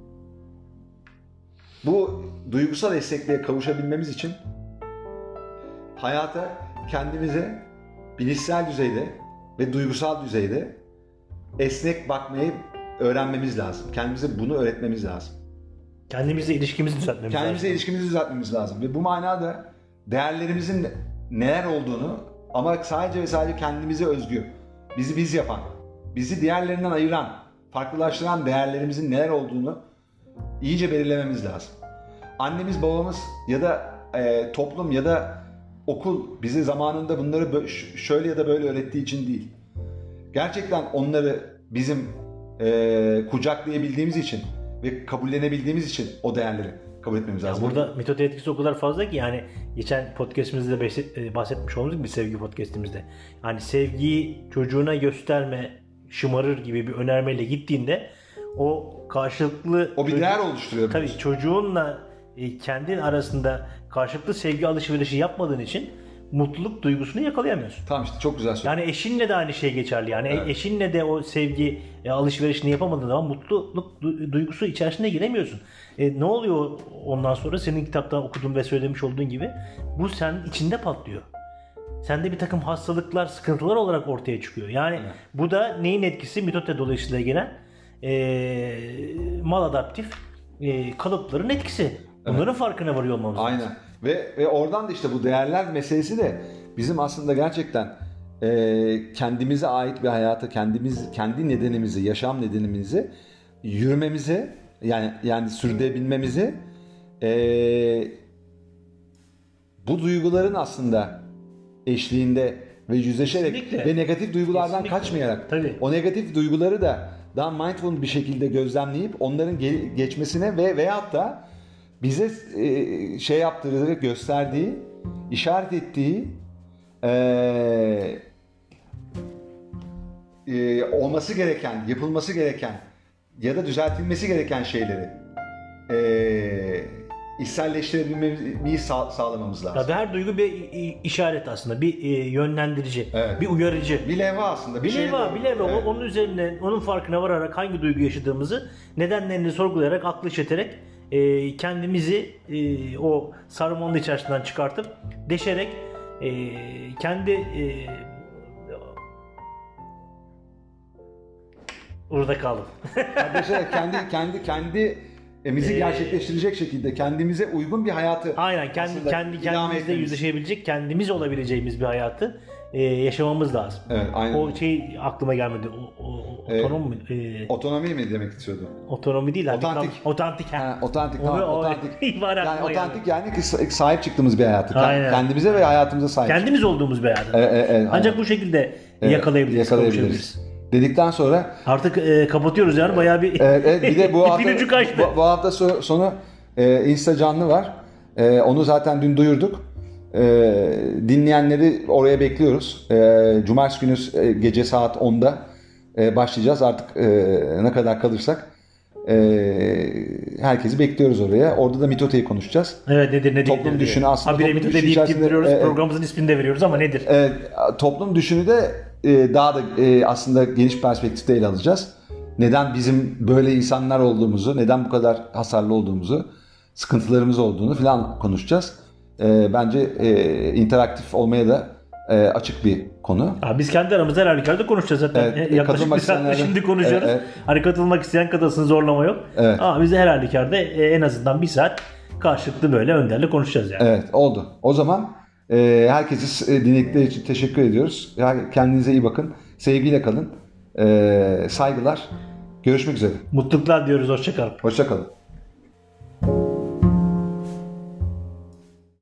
bu duygusal esnekliğe kavuşabilmemiz için hayata kendimize bilişsel düzeyde ve duygusal düzeyde esnek bakmayı öğrenmemiz lazım. Kendimize bunu öğretmemiz lazım. Kendimizle ilişkimizi düzeltmemiz Kendimize lazım. ilişkimizi düzeltmemiz lazım. Ve bu manada değerlerimizin neler olduğunu, ama sadece ve sadece kendimize özgü, bizi biz yapan, bizi diğerlerinden ayıran, farklılaştıran değerlerimizin neler olduğunu iyice belirlememiz lazım. Annemiz, babamız ya da e, toplum ya da okul bize zamanında bunları şöyle ya da böyle öğrettiği için değil. Gerçekten onları bizim e, kucaklayabildiğimiz için ve kabullenebildiğimiz için o değerleri kabul etmemiz Ya lazım. burada mitote etkisi o kadar fazla ki yani geçen podcastimizde de bahset- bahsetmiş olmuştuk bir sevgi podcastimizde. Yani sevgiyi çocuğuna gösterme, şımarır gibi bir önermeyle gittiğinde o karşılıklı... O bir değer oluşturuyor. Tabii çocuğunla e, kendin arasında karşılıklı sevgi alışverişi yapmadığın için mutluluk duygusunu yakalayamıyorsun. Tamam işte çok güzel söyledin. Yani eşinle de aynı şey geçerli. Yani Evet. eşinle de o sevgi e, alışverişini yapamadığın zaman mutluluk du- duygusu içerisine giremiyorsun. E, ne oluyor ondan sonra senin kitaptan okuduğun ve söylemiş olduğun gibi bu senin içinde patlıyor. Sende bir takım hastalıklar, sıkıntılar olarak ortaya çıkıyor. Yani Evet. bu da neyin etkisi? Mitote dolayısıyla gelen e, maladaptif e, kalıpların etkisi. Bunların Evet. farkına varıyor olmamız lazım. Aynen. Ve, ve oradan da işte bu değerler meselesi de bizim aslında gerçekten e, kendimize ait bir hayata, kendimiz kendi nedenimizi, yaşam nedenimizi yürümemize, yani yani sürdürebilmemizi, e, bu duyguların aslında eşliğinde ve yüzleşerek Kesinlikle. ve negatif duygulardan Kesinlikle. kaçmayarak Tabii. o negatif duyguları da daha mindful bir şekilde gözlemleyip onların ge- geçmesine ve veyahut da bize e, şey yaptırdığı, gösterdiği, işaret ettiği e, e, olması gereken, yapılması gereken ya da düzeltilmesi gereken şeyleri e, içselleştirebilmeyi sağ, sağlamamız lazım. Tabii her duygu bir i- işaret aslında, bir e, yönlendirici, Evet. bir uyarıcı. Bir levha aslında. Bir şey levha, bir levha. Evet. Onun üzerine, onun farkına vararak hangi duygu yaşadığımızı, nedenlerini sorgulayarak, aklı işleterek e, kendimizi e, o sarmalın içerisinden çıkartıp deşerek e, kendi e, orada kaldım. Kardeşler kendi kendi kendi emizi Ee, gerçekleştirecek şekilde kendimize uygun bir hayatı Aynen kendi aslında kendi idame kendimizle etmemiz. yüzleşebilecek, kendimiz olabileceğimiz bir hayatı e, yaşamamız lazım. Evet, aynen. O şey aklıma gelmedi. O, o, o- Evet. otonom mu? E, Otonomi mi demek istiyordu? otonomi değil. abi. Otantik. Otantik. ha. Ha, otantik, O- tamam, o- otantik. ibare Yani aklıma otantik geldi. yani ki sahip çıktığımız bir hayatı. Kend- Aynen. Kendimize ve hayatımıza sahip. Kendimiz olduğumuz bir hayat. Evet, evet, evet, Ancak aynen. bu şekilde Evet, yakalayabiliriz, yakalayabiliriz. kavuşabiliriz. Dedikten sonra Artık e, kapatıyoruz yani bayağı bir evet, evet, bir de bu ipin hafta, ucu kaçtı. bu, bu hafta so- sonu e, Insta canlı var. E, onu zaten dün duyurduk. E, dinleyenleri oraya bekliyoruz. E, Cumartesi günü e, gece saat onda e, başlayacağız. Artık e, ne kadar kalırsak e, herkesi bekliyoruz oraya. Orada da mitoteyi konuşacağız. Evet nedir ne Toplum değildir düşünü diye. aslında Habire toplum mitote düşünü deyip içerisinde- gidiyoruz. e, e, Programımızın ismini de veriyoruz ama nedir? E, toplum düşünü de e, daha da e, aslında geniş perspektifte ele alacağız. Neden bizim böyle insanlar olduğumuzu, neden bu kadar hasarlı olduğumuzu, sıkıntılarımız olduğunu falan konuşacağız. E, bence e, interaktif olmaya da e, açık bir konu. Ya biz kendi aramızda her halükarda konuşacağız zaten. Evet, E, Yaklaşık katılmak bir saatte isteyenler- şimdi konuşuyoruz. Evet, Hani katılmak isteyen katılsın, zorlama yok. Evet. Ama biz de her halükarda e, en azından bir saat karşılıklı böyle önderle konuşacağız yani. Evet, oldu. O zaman e, herkese e, dinledikleri için teşekkür ediyoruz. Ya, kendinize iyi bakın. Sevgiyle kalın. E, saygılar. Görüşmek üzere. Mutluluklar diyoruz. Hoşça kalın. Hoşça kalın.